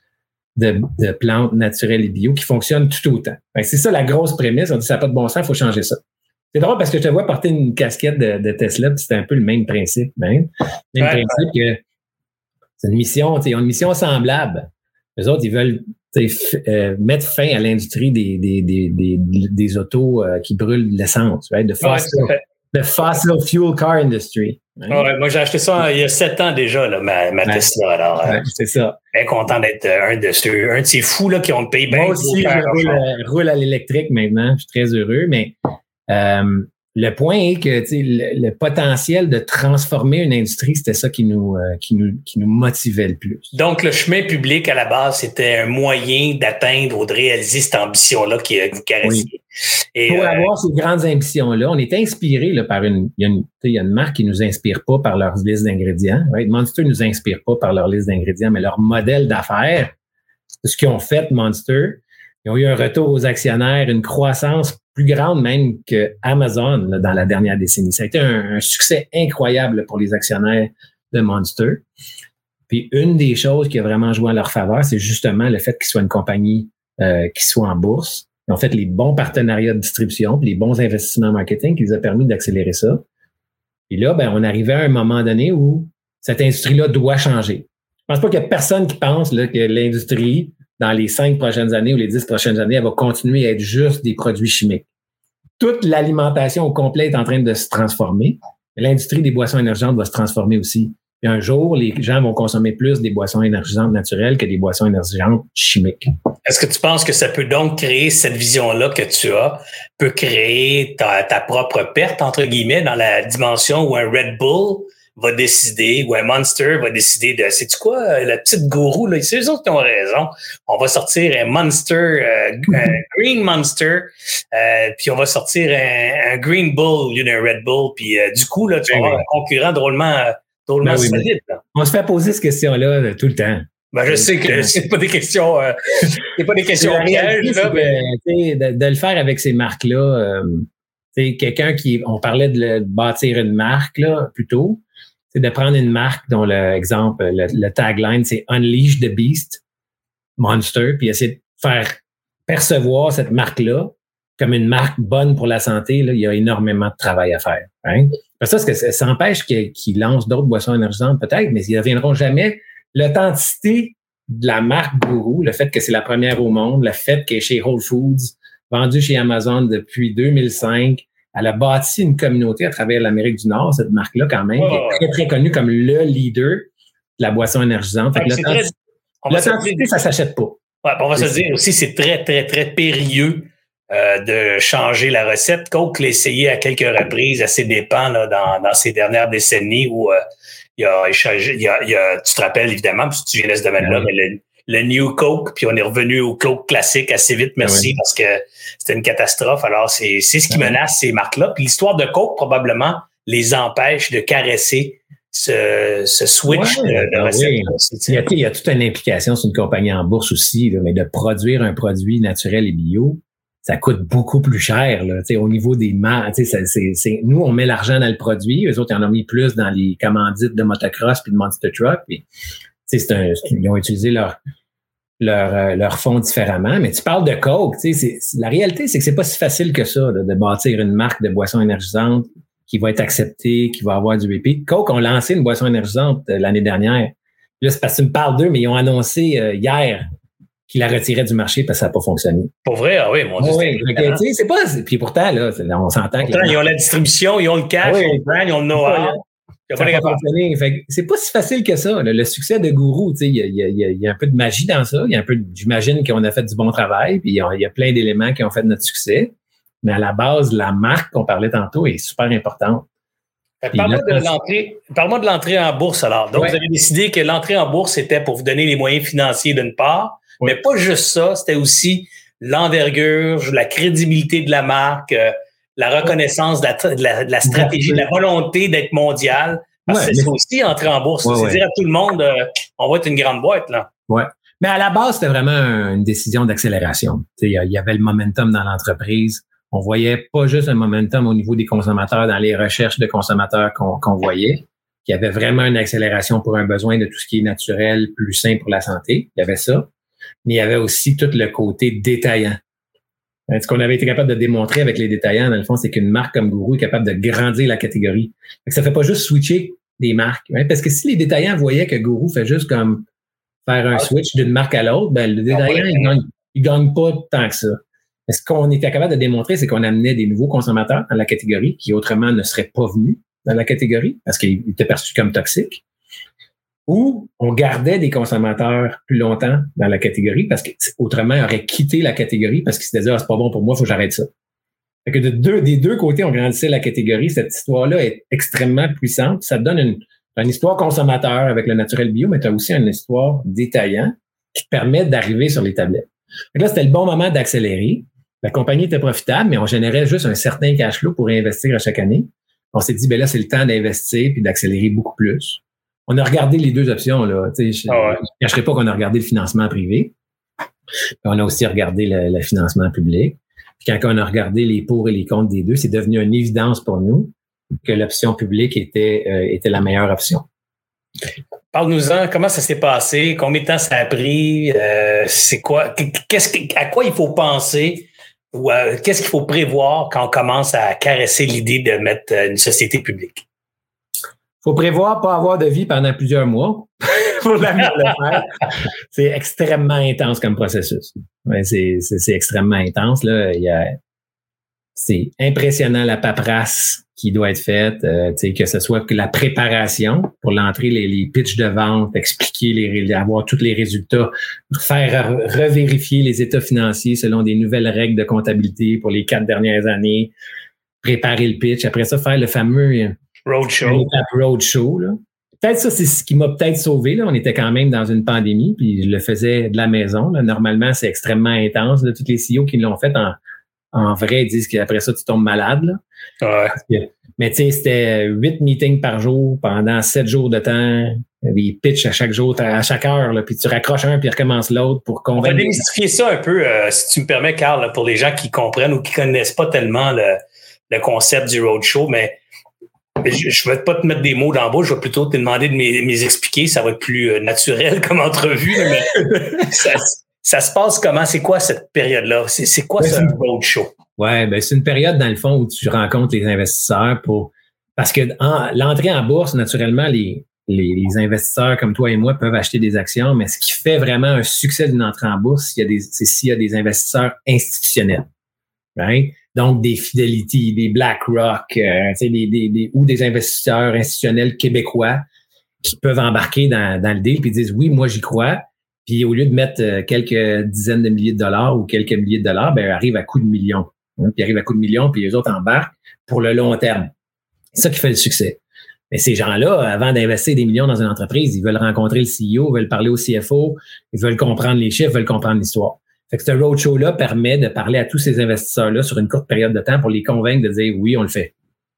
de plantes naturelles et bio qui fonctionnent tout autant. C'est ça la grosse prémisse. On dit ça n'a pas de bon sens, il faut changer ça. C'est drôle parce que je te vois porter une casquette de Tesla, puis c'était un peu le même principe, même. Principe que c'est une mission, ils ont une mission semblable. Les autres, ils veulent mettre fin à l'industrie des autos qui brûlent de l'essence, right? The fossil fuel car industry. Right? Ouais, moi, j'ai acheté ça il y a 7 ans déjà, là, ma Tesla. Alors, c'est ça. Bien content d'être un de ces fous là, qui ont payé bien. Moi aussi, je roule à l'électrique maintenant. Je suis très heureux, mais le point est que le potentiel de transformer une industrie, c'était ça qui nous motivait le plus. Donc, le chemin public, à la base, c'était un moyen d'atteindre ou de réaliser cette ambition-là que vous caressiez. Oui. Pour avoir ces grandes ambitions-là, on est inspiré là, par il y a une marque qui nous inspire pas par leur liste d'ingrédients. Right? Monster nous inspire pas par leur liste d'ingrédients, mais leur modèle d'affaires, ce qu'ils ont fait, Monster, ils ont eu un retour aux actionnaires, une croissance plus grande même que Amazon là, dans la dernière décennie. Ça a été un succès incroyable pour les actionnaires de Monster. Puis une des choses qui a vraiment joué en leur faveur, c'est justement le fait qu'ils soient une compagnie qui soit en bourse. Ils ont fait les bons partenariats de distribution, puis les bons investissements marketing qui les a permis d'accélérer ça. Et là, on arrivait à un moment donné où cette industrie-là doit changer. Je pense pas qu'il y a personne qui pense là, que l'industrie, dans les 5 prochaines années ou les 10 prochaines années, elle va continuer à être juste des produits chimiques. Toute l'alimentation au complet est en train de se transformer. L'industrie des boissons énergisantes va se transformer aussi. Et un jour, les gens vont consommer plus des boissons énergisantes naturelles que des boissons énergisantes chimiques. Est-ce que tu penses que ça peut donc créer cette vision-là que tu as, peut créer ta propre perte, entre guillemets, dans la dimension où un Red Bull va décider, ou un Monster va décider de, sais-tu quoi, la petite gourou, là, c'est eux autres qui ont raison. On va sortir un Monster, un Green Monster, puis on va sortir un Green Bull au lieu d'un Red Bull, puis du coup, là, tu vas avoir un concurrent drôlement solide. Là. On se fait poser cette question-là tout le temps. Je sais que c'est pas des questions, pièges, là, mais de le faire avec ces marques-là, quelqu'un on parlait de bâtir une marque là plus tôt. C'est de prendre une marque dont le tagline, c'est Unleash the Beast, Monster, puis essayer de faire percevoir cette marque-là comme une marque bonne pour la santé. Là, il y a énormément de travail à faire. Hein? Parce que ça empêche qu'ils lancent d'autres boissons énergisantes peut-être, mais ils ne deviendront jamais l'authenticité de la marque Gourou, le fait que c'est la première au monde, le fait qu'elle est chez Whole Foods, vendue chez Amazon depuis 2005, elle a bâti une communauté à travers l'Amérique du Nord, cette marque-là quand même, qui est très, très connue comme le leader de la boisson énergisante. L'authenticité, ça s'achète pas. Ouais, on va se dire aussi, c'est très, très, très périlleux de changer la recette. Coke l'a essayé à quelques reprises à ses dépens là, dans ces dernières décennies où il a échangé, tu te rappelles évidemment, parce que tu viens de ce domaine-là, mais le New Coke, puis on est revenu au Coke classique assez vite, merci, parce que c'était une catastrophe. Alors, c'est ce qui menace ces marques-là. Puis l'histoire de Coke, probablement, les empêche de caresser ce switch de recette. Il y a toute une implication sur une compagnie en bourse aussi, là, mais de produire un produit naturel et bio, ça coûte beaucoup plus cher là, au niveau des marques. Nous, on met l'argent dans le produit. Eux autres, ils en ont mis plus dans les commandites de motocross puis de monster truck. Puis, ils ont utilisé leur fonds différemment. Mais tu parles de Coke. La réalité, c'est que c'est pas si facile que ça là, de bâtir une marque de boisson énergisante qui va être acceptée, qui va avoir du repeat. Coke ont lancé une boisson énergisante l'année dernière. Là, c'est parce que tu me parles d'eux, mais ils ont annoncé hier qu'ils la retiraient du marché parce que ça n'a pas fonctionné. Pour vrai? Ah oui, mon Dieu. Oui, c'est pas... Puis pourtant, là, on s'entend que... Ils ont la distribution, ils ont le cash, ils ont le brand, ils ont le know-how. Ça n'a pas fonctionné. Fait, c'est pas si facile que ça. Là. Le succès de Gourou, il y a un peu de magie dans ça. Il y a un peu, j'imagine qu'on a fait du bon travail, puis il y a plein d'éléments qui ont fait notre succès. Mais à la base, la marque qu'on parlait tantôt est super importante. Parle-moi de l'entrée en bourse alors. Donc, vous avez décidé que l'entrée en bourse, c'était pour vous donner les moyens financiers d'une part, mais pas juste ça, c'était aussi l'envergure, la crédibilité de la marque, la reconnaissance de la stratégie, de la volonté d'être mondial. Parce que c'est aussi entrer en bourse. C'est dire à tout le monde, on va être une grande boîte, là. Ouais. Mais à la base, c'était vraiment une décision d'accélération. Il y avait le momentum dans l'entreprise. On voyait pas juste un momentum au niveau des consommateurs dans les recherches de consommateurs qu'on voyait, qu'il y avait vraiment une accélération pour un besoin de tout ce qui est naturel, plus sain pour la santé. Il y avait ça. Mais il y avait aussi tout le côté détaillant. Ce qu'on avait été capable de démontrer avec les détaillants, dans le fond, c'est qu'une marque comme Guru est capable de grandir la catégorie. Ça fait pas juste switcher des marques. Hein? Parce que si les détaillants voyaient que Guru fait juste comme faire un switch d'une marque à l'autre, ben le détaillant, il gagne pas tant que ça. Mais ce qu'on était capable de démontrer, c'est qu'on amenait des nouveaux consommateurs dans la catégorie qui autrement ne seraient pas venus dans la catégorie parce qu'ils étaient perçus comme toxiques. Ou on gardait des consommateurs plus longtemps dans la catégorie parce qu'autrement, ils auraient quitté la catégorie parce qu'ils se disaient « Ah, c'est pas bon pour moi, il faut que j'arrête ça ». Fait que des deux côtés, on grandissait la catégorie. Cette histoire-là est extrêmement puissante. Ça te donne une histoire consommateur avec le naturel bio, mais tu as aussi une histoire détaillant qui te permet d'arriver sur les tablettes. Fait que là, c'était le bon moment d'accélérer. La compagnie était profitable, mais on générait juste un certain cash flow pour réinvestir à chaque année. On s'est dit, ben là, c'est le temps d'investir puis d'accélérer beaucoup plus. On a regardé les deux options, là. Je ne cacherai pas qu'on a regardé le financement privé. Puis on a aussi regardé le financement public. Puis quand on a regardé les pour et les contre des deux, c'est devenu une évidence pour nous que l'option publique était la meilleure option. Parle-nous-en, comment ça s'est passé? Combien de temps ça a pris? C'est quoi? À quoi il faut penser? Ou qu'est-ce qu'il faut prévoir quand on commence à caresser l'idée de mettre une société publique? Faut prévoir pas avoir de vie pendant plusieurs mois pour le faire. C'est extrêmement intense comme processus. Ouais, c'est extrêmement intense, là. C'est impressionnant la paperasse qui doit être faite, que ce soit que la préparation pour l'entrée, les pitchs de vente, expliquer, avoir tous les résultats, faire revérifier les états financiers selon des nouvelles règles de comptabilité pour les 4 dernières années, préparer le pitch, après ça, faire le fameux roadshow. Là. Peut-être ça, c'est ce qui m'a peut-être sauvé. Là. On était quand même dans une pandémie, puis je le faisais de la maison. Là. Normalement, c'est extrêmement intense. Là. Tous les CEO qui l'ont fait en vrai, ils disent qu'après ça, tu tombes malade. Là. Ouais. Mais tu sais, c'était 8 meetings par jour pendant 7 jours de temps, des pitchs à chaque jour, à chaque heure, là, puis tu raccroches un puis recommences l'autre pour convaincre. On va démystifier ça un peu, si tu me permets, Carl, là, pour les gens qui comprennent ou qui connaissent pas tellement le concept du roadshow, mais je ne vais pas te mettre des mots dans la bouche, je vais plutôt te demander de m'expliquer, ça va être plus naturel comme entrevue, là, mais ça se passe comment? C'est quoi cette période-là? C'est quoi ce roadshow? Ouais, ben c'est une période, dans le fond, où tu rencontres les investisseurs parce que l'entrée en bourse, naturellement, les investisseurs comme toi et moi peuvent acheter des actions, mais ce qui fait vraiment un succès d'une entrée en bourse, c'est s'il y a des investisseurs institutionnels. Right? Donc, des Fidelity, des BlackRock, ou des investisseurs institutionnels québécois qui peuvent embarquer dans le deal puis disent, oui, moi, j'y crois. Puis au lieu de mettre quelques dizaines de milliers de dollars ou quelques milliers de dollars, ben arrive à coups de millions. Hein, puis arrive à coups de millions, puis les autres embarquent pour le long terme. C'est ça qui fait le succès. Mais ces gens-là, avant d'investir des millions dans une entreprise, ils veulent rencontrer le CEO, veulent parler au CFO, ils veulent comprendre les chiffres, veulent comprendre l'histoire. Fait que ce roadshow-là permet de parler à tous ces investisseurs-là sur une courte période de temps pour les convaincre de dire oui, on le fait.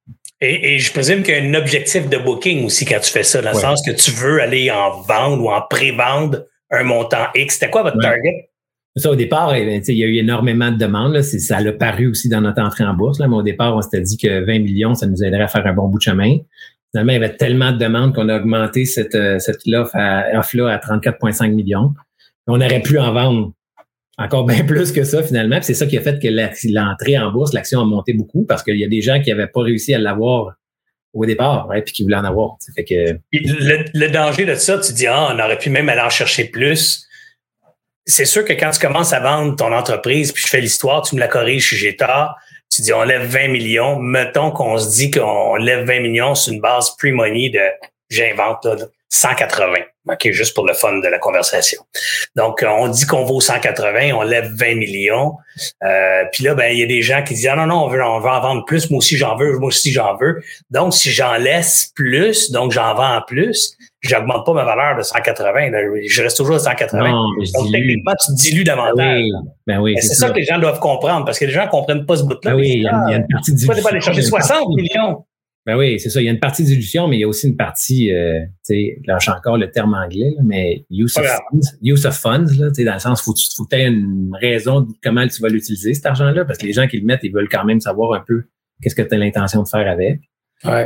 Et je présume qu'il y a un objectif de booking aussi quand tu fais ça, dans le sens que tu veux aller en vendre ou en pré-vendre un montant X. C'était quoi votre target? Ça, au départ, il y a eu énormément de demandes. Là. Ça l'a paru aussi dans notre entrée en bourse. Là. Mais au départ, on s'était dit que 20 millions, ça nous aiderait à faire un bon bout de chemin. Finalement, il y avait tellement de demandes qu'on a augmenté cette offre-là à 34,5 millions. On aurait pu en vendre encore bien plus que ça, finalement. Puis c'est ça qui a fait que l'entrée en bourse, l'action a monté beaucoup parce qu'il y a des gens qui n'avaient pas réussi à l'avoir au départ, ouais, puis qui voulaient en avoir. Fait que... le danger de ça, tu dis, on aurait pu même aller en chercher plus. C'est sûr que quand tu commences à vendre ton entreprise, puis je fais l'histoire, tu me la corriges si j'ai tort, tu dis, on lève 20 millions. Mettons qu'on se dit qu'on lève 20 millions sur une base pre-money de, j'invente, là, 180. OK, juste pour le fun de la conversation. Donc, on dit qu'on vaut 180, on lève 20 millions. Puis là, il y a des gens qui disent, non, on veut en vendre plus, moi aussi j'en veux. Donc, si j'en laisse plus, donc j'en vends plus, j'augmente pas ma valeur de 180. Là, je reste toujours à 180. Non, donc, techniquement, tu dilues davantage. Oui, c'est ça que les gens doivent comprendre, parce que les gens ne comprennent pas ce bout-là. Oui, il y a une partie de dilution. Tu peux aller chercher 60 millions. Ben oui, c'est ça. Il y a une partie dilution, mais il y a aussi une partie, tu sais, là, j'ai encore le terme anglais, là, mais use of funds, là, tu sais, dans le sens, faut que tu aies une raison de comment tu vas l'utiliser, cet argent-là, parce que les gens qui le mettent, ils veulent quand même savoir un peu qu'est-ce que tu as l'intention de faire avec. Ouais.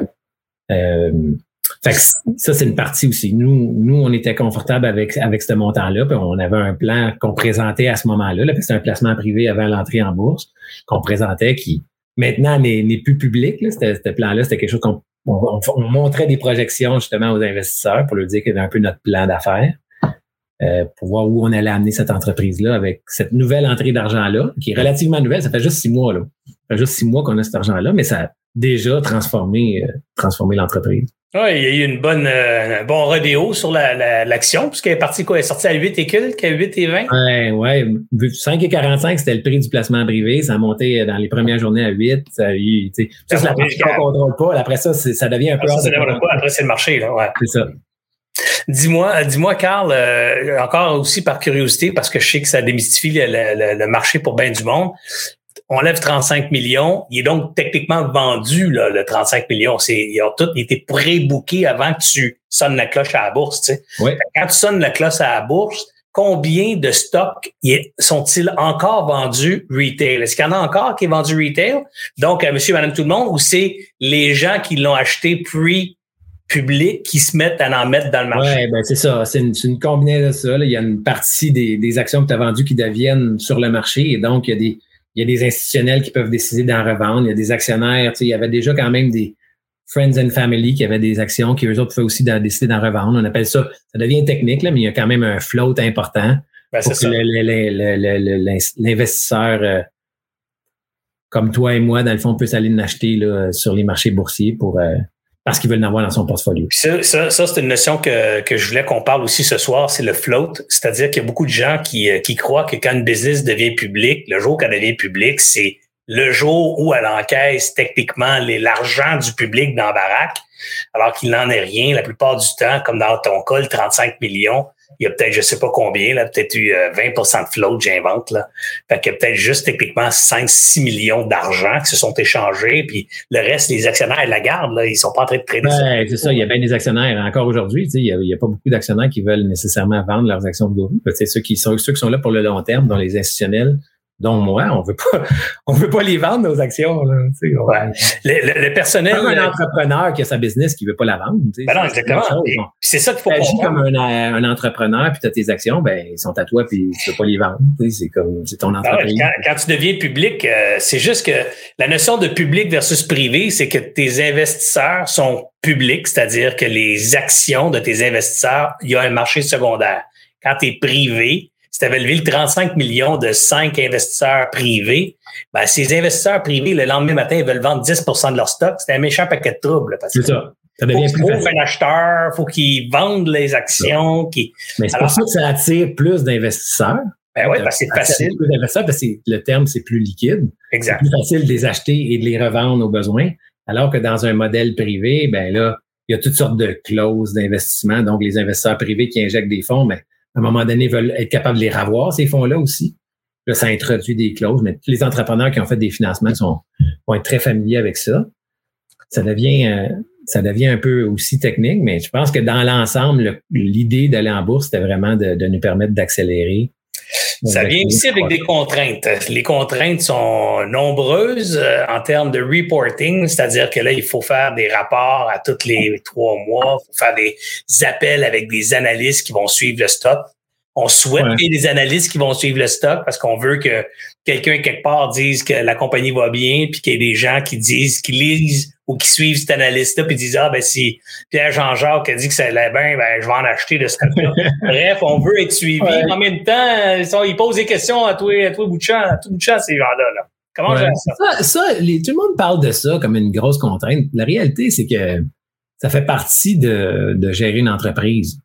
Fait que ça, c'est une partie aussi. Nous, on était confortable avec ce montant-là, puis on avait un plan qu'on présentait à ce moment-là, là, parce que c'était un placement privé avant l'entrée en bourse, qu'on présentait qui, maintenant, n'est plus public. Là. Ce plan-là, c'était quelque chose qu'on montrait des projections justement aux investisseurs pour leur dire qu'il y avait un peu notre plan d'affaires pour voir où on allait amener cette entreprise-là avec cette nouvelle entrée d'argent-là, qui est relativement nouvelle. Ça fait juste 6 mois. Là. Ça fait juste 6 mois qu'on a cet argent-là, mais ça a déjà transformé l'entreprise. Oui, il y a eu un bon rodéo sur l'action, puisqu'elle est partie quoi? Elle est sortie à 8 et quelques, à 8 et 20? Ouais. 5,45, c'était le prix du placement privé. Ça a monté dans les premières journées à 8. Ça c'est la partie qu'on ne contrôle pas. Après ça, ça devient un peu... Ça ne développe pas. Après, c'est le marché. Là, ouais. C'est ça. Dis-moi, Carl, encore aussi par curiosité, parce que je sais que ça démystifie le marché pour bien du monde. On lève 35 millions. Il est donc techniquement vendu, là, le 35 millions. Il a tout été pré-booké avant que tu sonnes la cloche à la bourse. Tu sais. Oui. Quand tu sonnes la cloche à la bourse, combien de stocks sont-ils encore vendus retail? Est-ce qu'il y en a encore qui est vendu retail? Donc, monsieur, madame, tout le monde, ou c'est les gens qui l'ont acheté public qui se mettent à en mettre dans le marché? Oui, ben c'est ça. C'est une combinaison de ça. Là. Il y a une partie des actions que tu as vendues qui deviennent sur le marché. Et donc, il y a des institutionnels qui peuvent décider d'en revendre. Il y a des actionnaires. Tu sais, il y avait déjà quand même des friends and family qui avaient des actions qui, eux autres, pouvaient aussi décider d'en revendre. On appelle ça devient technique, là, mais il y a quand même un float important pour que l'investisseur comme toi et moi, dans le fond, puisse aller l'acheter là, sur les marchés boursiers parce qu'ils veulent en avoir dans son portfolio. Ça, c'est une notion que je voulais qu'on parle aussi ce soir, c'est le float. C'est-à-dire qu'il y a beaucoup de gens qui croient que quand une business devient publique, le jour qu'elle devient publique, c'est le jour où elle encaisse techniquement l'argent du public dans la baraque, alors qu'il n'en est rien. La plupart du temps, comme dans ton cas, le 35 millions, il y a peut-être, je sais pas combien, là, peut-être eu 20% de float, j'invente, là. Fait qu'il y a peut-être juste techniquement 5-6 millions d'argent qui se sont échangés, puis le reste, les actionnaires, ils la gardent, là. Ils sont pas en train de trader ça. C'est ça. Il y a bien des actionnaires. Encore aujourd'hui, tu sais, il y a pas beaucoup d'actionnaires qui veulent nécessairement vendre leurs actions de groupe. Tu sais, ceux qui sont là pour le long terme, dont les institutionnels, dont moi, on veut pas les vendre, nos actions, là. Tu sais, ouais. Le personnel. Comme un entrepreneur qui a sa business qui veut pas la vendre. Tu sais, non, exactement. C'est ça qu'il faut comprendre. Comme un entrepreneur, puis tu as tes actions, ben, ils sont à toi, puis tu veux pas les vendre. Tu sais, c'est ton entreprise. Quand tu deviens public, c'est juste que la notion de public versus privé, c'est que tes investisseurs sont publics, c'est-à-dire que les actions de tes investisseurs, il y a un marché secondaire. Quand tu es privé, si tu avais levé le 35 millions de 5 investisseurs privés, ben, ces investisseurs privés, le lendemain matin, ils veulent vendre 10% de leur stock. C'est un méchant paquet de troubles. C'est ça. Ça devient plus facile. Un acheteur, faut qu'ils vendent les actions. Mais c'est pour ça que ça attire plus d'investisseurs. Ben oui, parce que c'est facile. Plus d'investisseurs parce que le terme, c'est plus liquide. Exact. C'est plus facile de les acheter et de les revendre aux besoins. Alors que dans un modèle privé, ben là, il y a toutes sortes de clauses d'investissement. Donc, les investisseurs privés qui injectent des fonds, mais à un moment donné, veulent être capables de les revoir, ces fonds-là aussi. Là, ça introduit des clauses, mais tous les entrepreneurs qui ont fait des financements vont être très familiers avec ça. Ça devient un peu aussi technique, mais je pense que dans l'ensemble, l'idée d'aller en bourse, c'était vraiment de nous permettre d'accélérer. Ça vient ici avec des contraintes. Les contraintes sont nombreuses en termes de reporting, c'est-à-dire que là, il faut faire des rapports à tous les 3 mois, il faut faire des appels avec des analystes qui vont suivre le stock. On souhaite qu'il y ait des analystes qui vont suivre le stock parce qu'on veut que quelqu'un quelque part dise que la compagnie va bien, puis qu'il y ait des gens qui lisent ou qui suivent cet analyste-là, puis disent ben si Pierre Jean-Jacques a dit que ça allait bien, ben je vais en acheter de ce stock-là. Bref, on veut être suivi. Ouais. En même temps, ils posent des questions à tous bout de champ, ces gens-là. Là. Comment gérer ça? Tout le monde parle de ça comme une grosse contrainte. La réalité, c'est que ça fait partie de gérer une entreprise.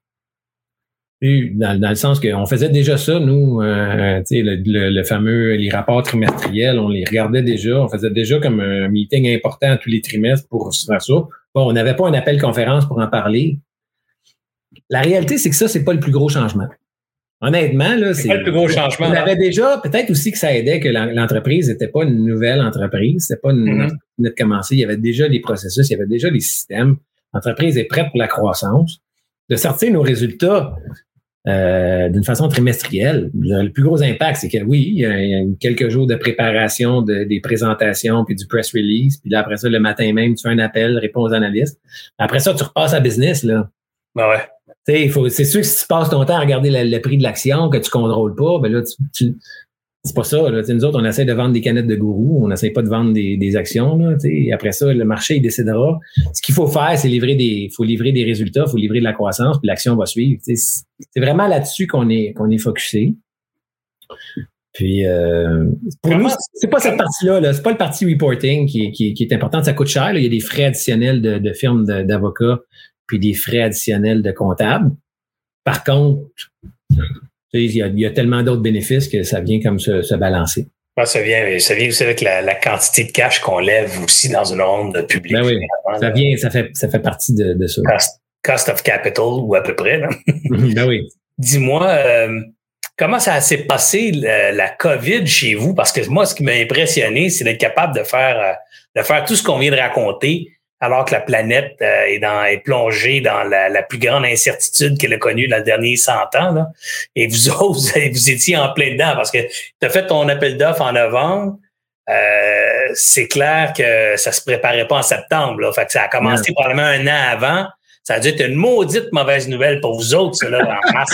Dans le sens qu'on faisait déjà ça, nous, le fameux, les rapports trimestriels, on les regardait déjà, on faisait déjà comme un meeting important tous les trimestres pour faire ça. Bon, on n'avait pas un appel conférence pour en parler. La réalité, c'est que ça, c'est pas le plus gros changement. Honnêtement, là, c'est pas le plus gros changement. On avait déjà, peut-être aussi que ça aidait que l'entreprise n'était pas une nouvelle entreprise, c'était pas une entreprise qui venait de commencer. Il y avait déjà les processus, il y avait déjà les systèmes. L'entreprise est prête pour la croissance. De sortir nos résultats d'une façon trimestrielle, le plus gros impact, c'est que oui, il y a quelques jours de préparation des présentations puis du press release, puis là, après ça, le matin même, tu fais un appel, réponds aux analystes. Après ça, tu repasses à business, là. Ben ouais. C'est sûr que si tu passes ton temps à regarder le prix de l'action que tu contrôles pas, ben là, c'est pas ça. Là. Nous autres, on essaie de vendre des canettes de gourou, on n'essaie pas de vendre des actions. Là, après ça, le marché, il décidera. Ce qu'il faut faire, c'est livrer des résultats, il faut livrer de la croissance, puis l'action va suivre. C'est vraiment là-dessus qu'on est focusé. Puis pour nous, c'est pas cette partie-là, là, c'est pas le partie reporting qui est importante. Ça coûte cher. Là. Il y a des frais additionnels de firmes d'avocats, puis des frais additionnels de comptables. Par contre, il y a tellement d'autres bénéfices que ça vient comme se balancer. Ça vient aussi avec la quantité de cash qu'on lève aussi dans une ronde publique. Ben oui, ça fait partie de ça. Cost of capital, ou à peu près. Là. Ben oui. Dis-moi, comment ça s'est passé la COVID chez vous? Parce que moi, ce qui m'a impressionné, c'est d'être capable de faire tout ce qu'on vient de raconter, alors que la planète est plongée dans la plus grande incertitude qu'elle a connue dans les derniers 100 ans. Là. Et vous autres, vous étiez en plein dedans parce que tu as fait ton appel d'offres en novembre. C'est clair que ça se préparait pas en septembre. Là. Fait que ça a commencé probablement un an avant. Ça a dû être une maudite mauvaise nouvelle pour vous autres, ça, là, en mars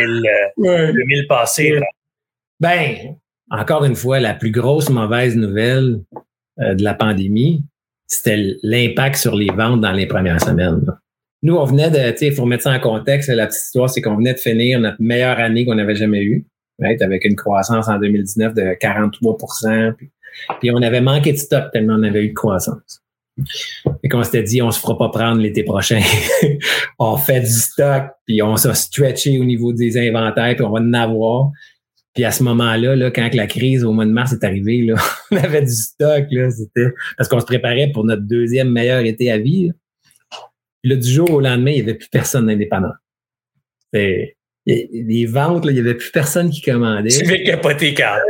2000 passé. Là. Ben, encore une fois, la plus grosse mauvaise nouvelle de la pandémie, c'était l'impact sur les ventes dans les premières semaines. Là. Nous, on venait il faut remettre ça en contexte. La petite histoire, c'est qu'on venait de finir notre meilleure année qu'on avait jamais eue, right, avec une croissance en 2019 de 43%. Puis on avait manqué de stock tellement on avait eu de croissance. Et qu'on s'était dit, on se fera pas prendre l'été prochain. On fait du stock, puis on s'est stretché au niveau des inventaires, puis on va en avoir. Puis à ce moment-là, là, quand la crise au mois de mars est arrivée, là, on avait du stock, là, c'était parce qu'on se préparait pour notre deuxième meilleur été à vie. Là. Puis là, du jour au lendemain, il n'y avait plus personne d'indépendant. Les ventes, là, il n'y avait plus personne qui commandait. Tu veux capoter, Carl.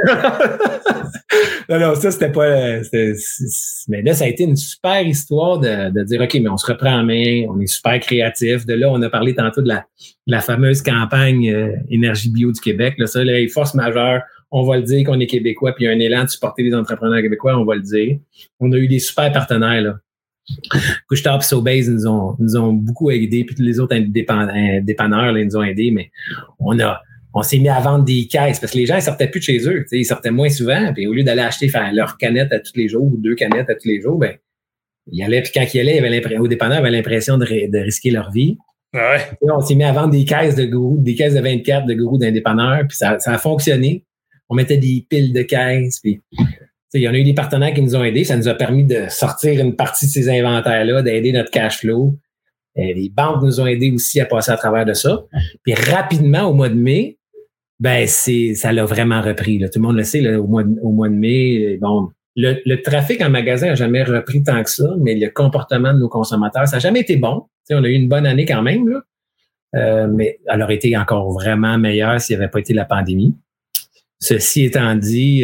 Non, ça, c'était pas... mais là, ça a été une super histoire de dire, OK, mais on se reprend en main, on est super créatif. De là, on a parlé tantôt de la fameuse campagne Énergie Bio du Québec. Là, ça, là, force majeure, on va le dire qu'on est Québécois, puis il y a un élan de supporter les entrepreneurs québécois, on va le dire. On a eu des super partenaires, là. Couche-Tard et Sobeys nous ont beaucoup aidés, puis tous les autres dépanneurs là, ils nous ont aidés, mais on s'est mis à vendre des caisses parce que les gens ils sortaient plus de chez eux, ils sortaient moins souvent, puis au lieu d'aller acheter leur canette à tous les jours ou 2 canettes à tous les jours, ben ils allaient, puis quand ils allaient, au dépanneur, ils avaient l'impression de risquer leur vie. Ouais. Puis on s'est mis à vendre des caisses de gourou, des caisses de 24 de gourou d'un dépanneur, puis ça a fonctionné. On mettait des piles de caisses, puis il y en a eu des partenaires qui nous ont aidés. Ça nous a permis de sortir une partie de ces inventaires-là, d'aider notre cash flow. Les banques nous ont aidés aussi à passer à travers de ça. Puis rapidement, au mois de mai, ben ça l'a vraiment repris. Là. Tout le monde le sait, là, au mois de mai, bon, le trafic en magasin n'a jamais repris tant que ça, mais le comportement de nos consommateurs, ça n'a jamais été bon. On a eu une bonne année quand même, là. Mais elle aurait été encore vraiment meilleure s'il n'y avait pas été la pandémie. Ceci étant dit,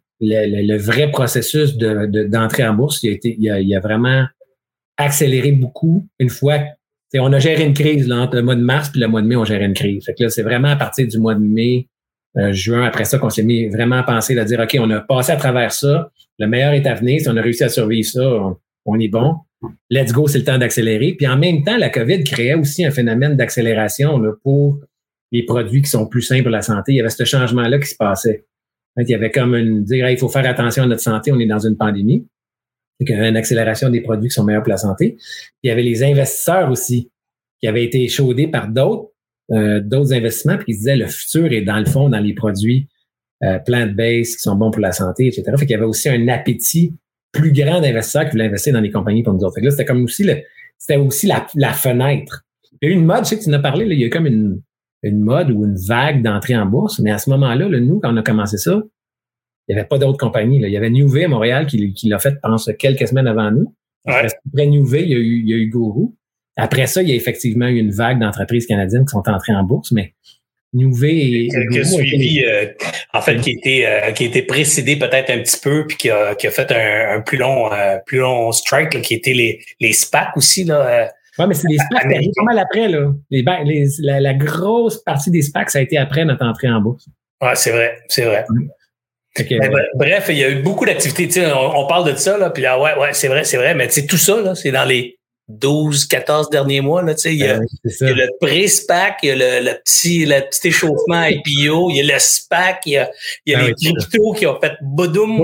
le vrai processus d'entrée en bourse, il a vraiment accéléré beaucoup une fois. On a géré une crise là, entre le mois de mars et le mois de mai, on gérait une crise. Fait que là, c'est vraiment à partir du mois de mai, juin, après ça, qu'on s'est mis vraiment à penser, à dire, OK, on a passé à travers ça, le meilleur est à venir, si on a réussi à survivre ça, on est bon. Let's go, c'est le temps d'accélérer. Puis en même temps, la COVID créait aussi un phénomène d'accélération là, pour les produits qui sont plus simples pour la santé. Il y avait ce changement-là qui se passait. Il y avait comme dire, il faut faire attention à notre santé, on est dans une pandémie. Il y avait une accélération des produits qui sont meilleurs pour la santé. Puis il y avait les investisseurs aussi, qui avaient été échaudés par d'autres investissements, puis qui se disaient, le futur est dans le fond dans les produits plant-based qui sont bons pour la santé, etc. Fait qu'il y avait aussi un appétit plus grand d'investisseurs qui voulaient investir dans les compagnies pour nous autres. Fait que là, c'était aussi la fenêtre. Il y a eu une mode, je sais que tu en as parlé, là, il y a eu comme une mode ou une vague d'entrée en bourse. Mais à ce moment-là, là, nous, quand on a commencé ça, il n'y avait pas d'autres compagnies. Là. Il y avait Newv à Montréal qui l'a fait, je pense, quelques semaines avant nous. Ouais. Après Newv, il y a eu Gourou. Après ça, il y a effectivement eu une vague d'entreprises canadiennes qui sont entrées en bourse. Mais Nouvé et qui a suivi, en fait, qui a été précédé peut-être un petit peu, puis qui a fait un plus long strike, là, qui était les SPAC aussi, là. Oui, mais c'est les SPAC, ça arrive pas mal après, là. La grosse partie des SPAC, ça a été après notre entrée en bourse. Ouais, c'est vrai. Okay, bref, il y a eu beaucoup d'activités. Tu sais, on parle de ça, là, puis là, ouais, c'est vrai, mais tu sais, tout ça, là, c'est dans les 12-14 derniers mois, là, tu sais, il y a le pré-SPAC, il y a le petit échauffement IPO, il y a le SPAC, il y a les cryptos qui ont fait bodoum.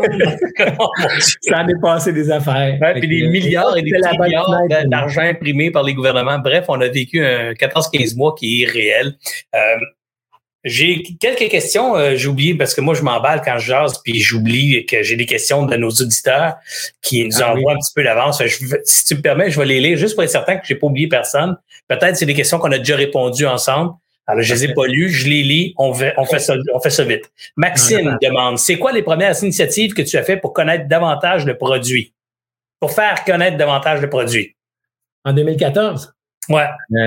Ça a dépassé des affaires. Ouais, puis des milliards et des milliards d'argent imprimé par les gouvernements. Bref, on a vécu un 14-15 mois qui est irréel. J'ai quelques questions, j'ai oublié parce que moi je m'emballe quand je jase, puis j'oublie que j'ai des questions de nos auditeurs qui nous envoient un petit peu d'avance. Si tu me permets, je vais les lire juste pour être certain que j'ai pas oublié personne. Peut-être c'est des questions qu'on a déjà répondu ensemble. Alors je les ai pas lues, je les lis, on fait ça vite. Maxime demande, c'est quoi les premières initiatives que tu as fait pour connaître davantage le produit? Pour faire connaître davantage le produit? En 2014? Ouais.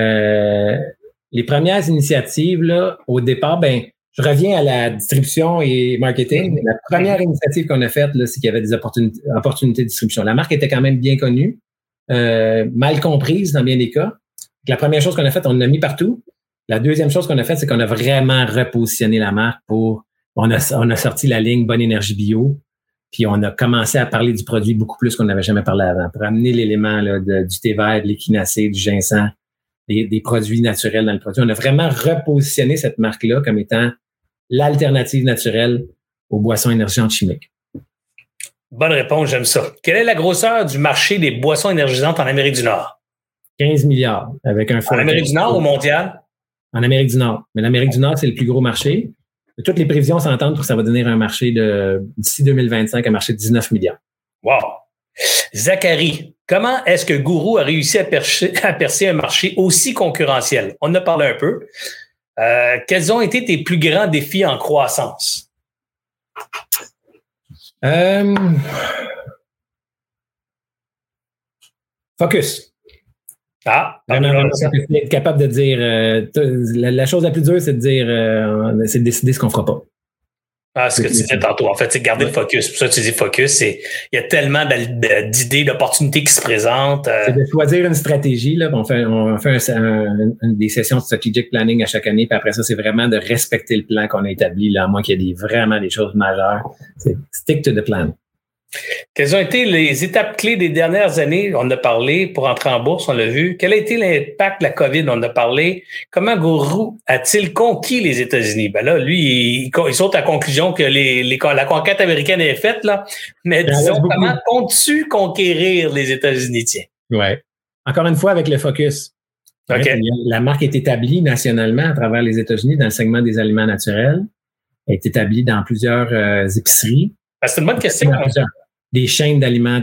Les premières initiatives, là, au départ, je reviens à la distribution et marketing. La première initiative qu'on a faite, là, c'est qu'il y avait des opportunités de distribution. La marque était quand même bien connue, mal comprise dans bien des cas. La première chose qu'on a faite, on l'a mis partout. La deuxième chose qu'on a faite, c'est qu'on a vraiment repositionné la marque on a sorti la ligne Bonne Énergie Bio, puis on a commencé à parler du produit beaucoup plus qu'on n'avait jamais parlé avant, pour amener l'élément là, du thé vert, de l'échinacée, du ginseng, des produits naturels dans le produit. On a vraiment repositionné cette marque-là comme étant l'alternative naturelle aux boissons énergisantes chimiques. Bonne réponse, j'aime ça. Quelle est la grosseur du marché des boissons énergisantes en Amérique du Nord? 15 milliards. Avec un en Amérique du Nord ou mondial? En Amérique du Nord. Mais l'Amérique du Nord, c'est le plus gros marché. Toutes les prévisions s'entendent que ça va donner un marché d'ici 2025, un marché de 19 milliards. Wow! Zachary, comment est-ce que Gourou a réussi à percer un marché aussi concurrentiel? On en a parlé un peu. Quels ont été tes plus grands défis en croissance? Focus. Vraiment, être capable de dire la chose la plus dure, c'est de décider ce qu'on fera pas. Ce que tu disais tantôt. En fait, c'est garder le focus. Pour ça, tu dis focus. Il y a tellement d'idées, d'opportunités qui se présentent. C'est de choisir une stratégie. Là. On fait des sessions de strategic planning à chaque année. Puis après ça, c'est vraiment de respecter le plan qu'on a établi, là, à moins qu'il y ait vraiment des choses majeures. C'est stick to the plan. Quelles ont été les étapes clés des dernières années? On en a parlé pour entrer en bourse, on l'a vu. Quel a été l'impact de la COVID? On en a parlé. Comment Gourou a-t-il conquis les États-Unis? Ben là, lui, il saute à la conclusion que la conquête américaine est faite, là. Mais disons, comment comptes-tu conquérir les États-Unis? Tiens. Ouais. Encore une fois, avec le focus. Okay. La marque est établie nationalement à travers les États-Unis dans le segment des aliments naturels. Elle est établie dans plusieurs épiceries. C'est une bonne question. Des chaînes d'aliments,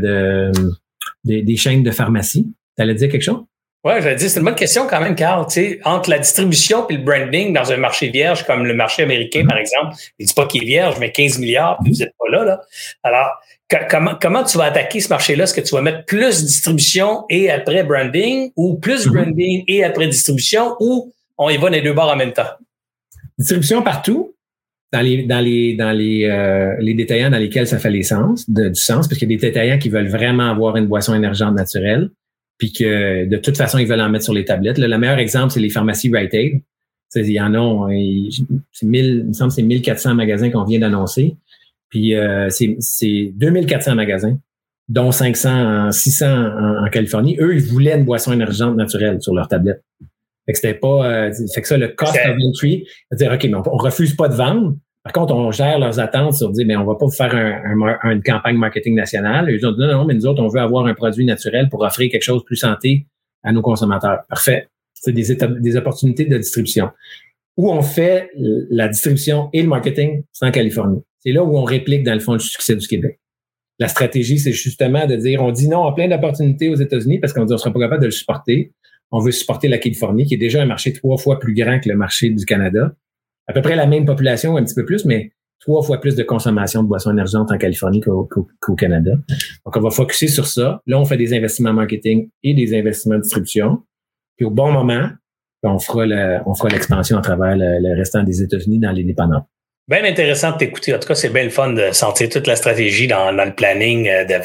des chaînes de pharmacie. Tu allais dire quelque chose? Oui, j'allais dire, c'est une bonne question quand même, Carl. Tu sais, entre la distribution et le branding dans un marché vierge comme le marché américain, par exemple, je ne dis pas qu'il est vierge, mais 15 milliards, puis vous n'êtes pas là. Alors, comment tu vas attaquer ce marché-là? Est-ce que tu vas mettre plus distribution et après branding, ou plus branding et après distribution, ou on y va les deux bords en même temps? Distribution partout. Dans les détaillants dans lesquels ça fait du sens, parce qu'il y a des détaillants qui veulent vraiment avoir une boisson énergisante naturelle, puis que de toute façon, ils veulent en mettre sur les tablettes. Là, le meilleur exemple, c'est les pharmacies Rite Aid. Il y en a, il me semble que c'est 1400 magasins qu'on vient d'annoncer. Puis c'est 2400 magasins, dont 600 en Californie. Eux, ils voulaient une boisson énergisante naturelle sur leur tablette. Fait que c'était pas, fait que ça, le cost of entry, c'est-à-dire, OK, mais on refuse pas de vendre. Par contre, on gère leurs attentes sur dire, mais on va pas vous faire une campagne marketing nationale. Et ils ont dit, non, mais nous autres, on veut avoir un produit naturel pour offrir quelque chose de plus santé à nos consommateurs. Parfait. C'est des opportunités de distribution. Où on fait la distribution et le marketing, c'est en Californie. C'est là où on réplique, dans le fond, le succès du Québec. La stratégie, c'est justement de dire, on dit non à plein d'opportunités aux États-Unis parce qu'on dit, on sera pas capable de le supporter. On veut supporter la Californie, qui est déjà un marché 3 fois plus grand que le marché du Canada. À peu près la même population, un petit peu plus, mais 3 fois plus de consommation de boissons énergisantes en Californie qu'au Canada. Donc, on va focusser sur ça. Là, on fait des investissements marketing et des investissements de distribution. Puis au bon moment, On fera l'expansion à travers le restant des États-Unis dans les dépendants. Bien intéressant de t'écouter. En tout cas, c'est bien le fun de sentir toute la stratégie dans le planning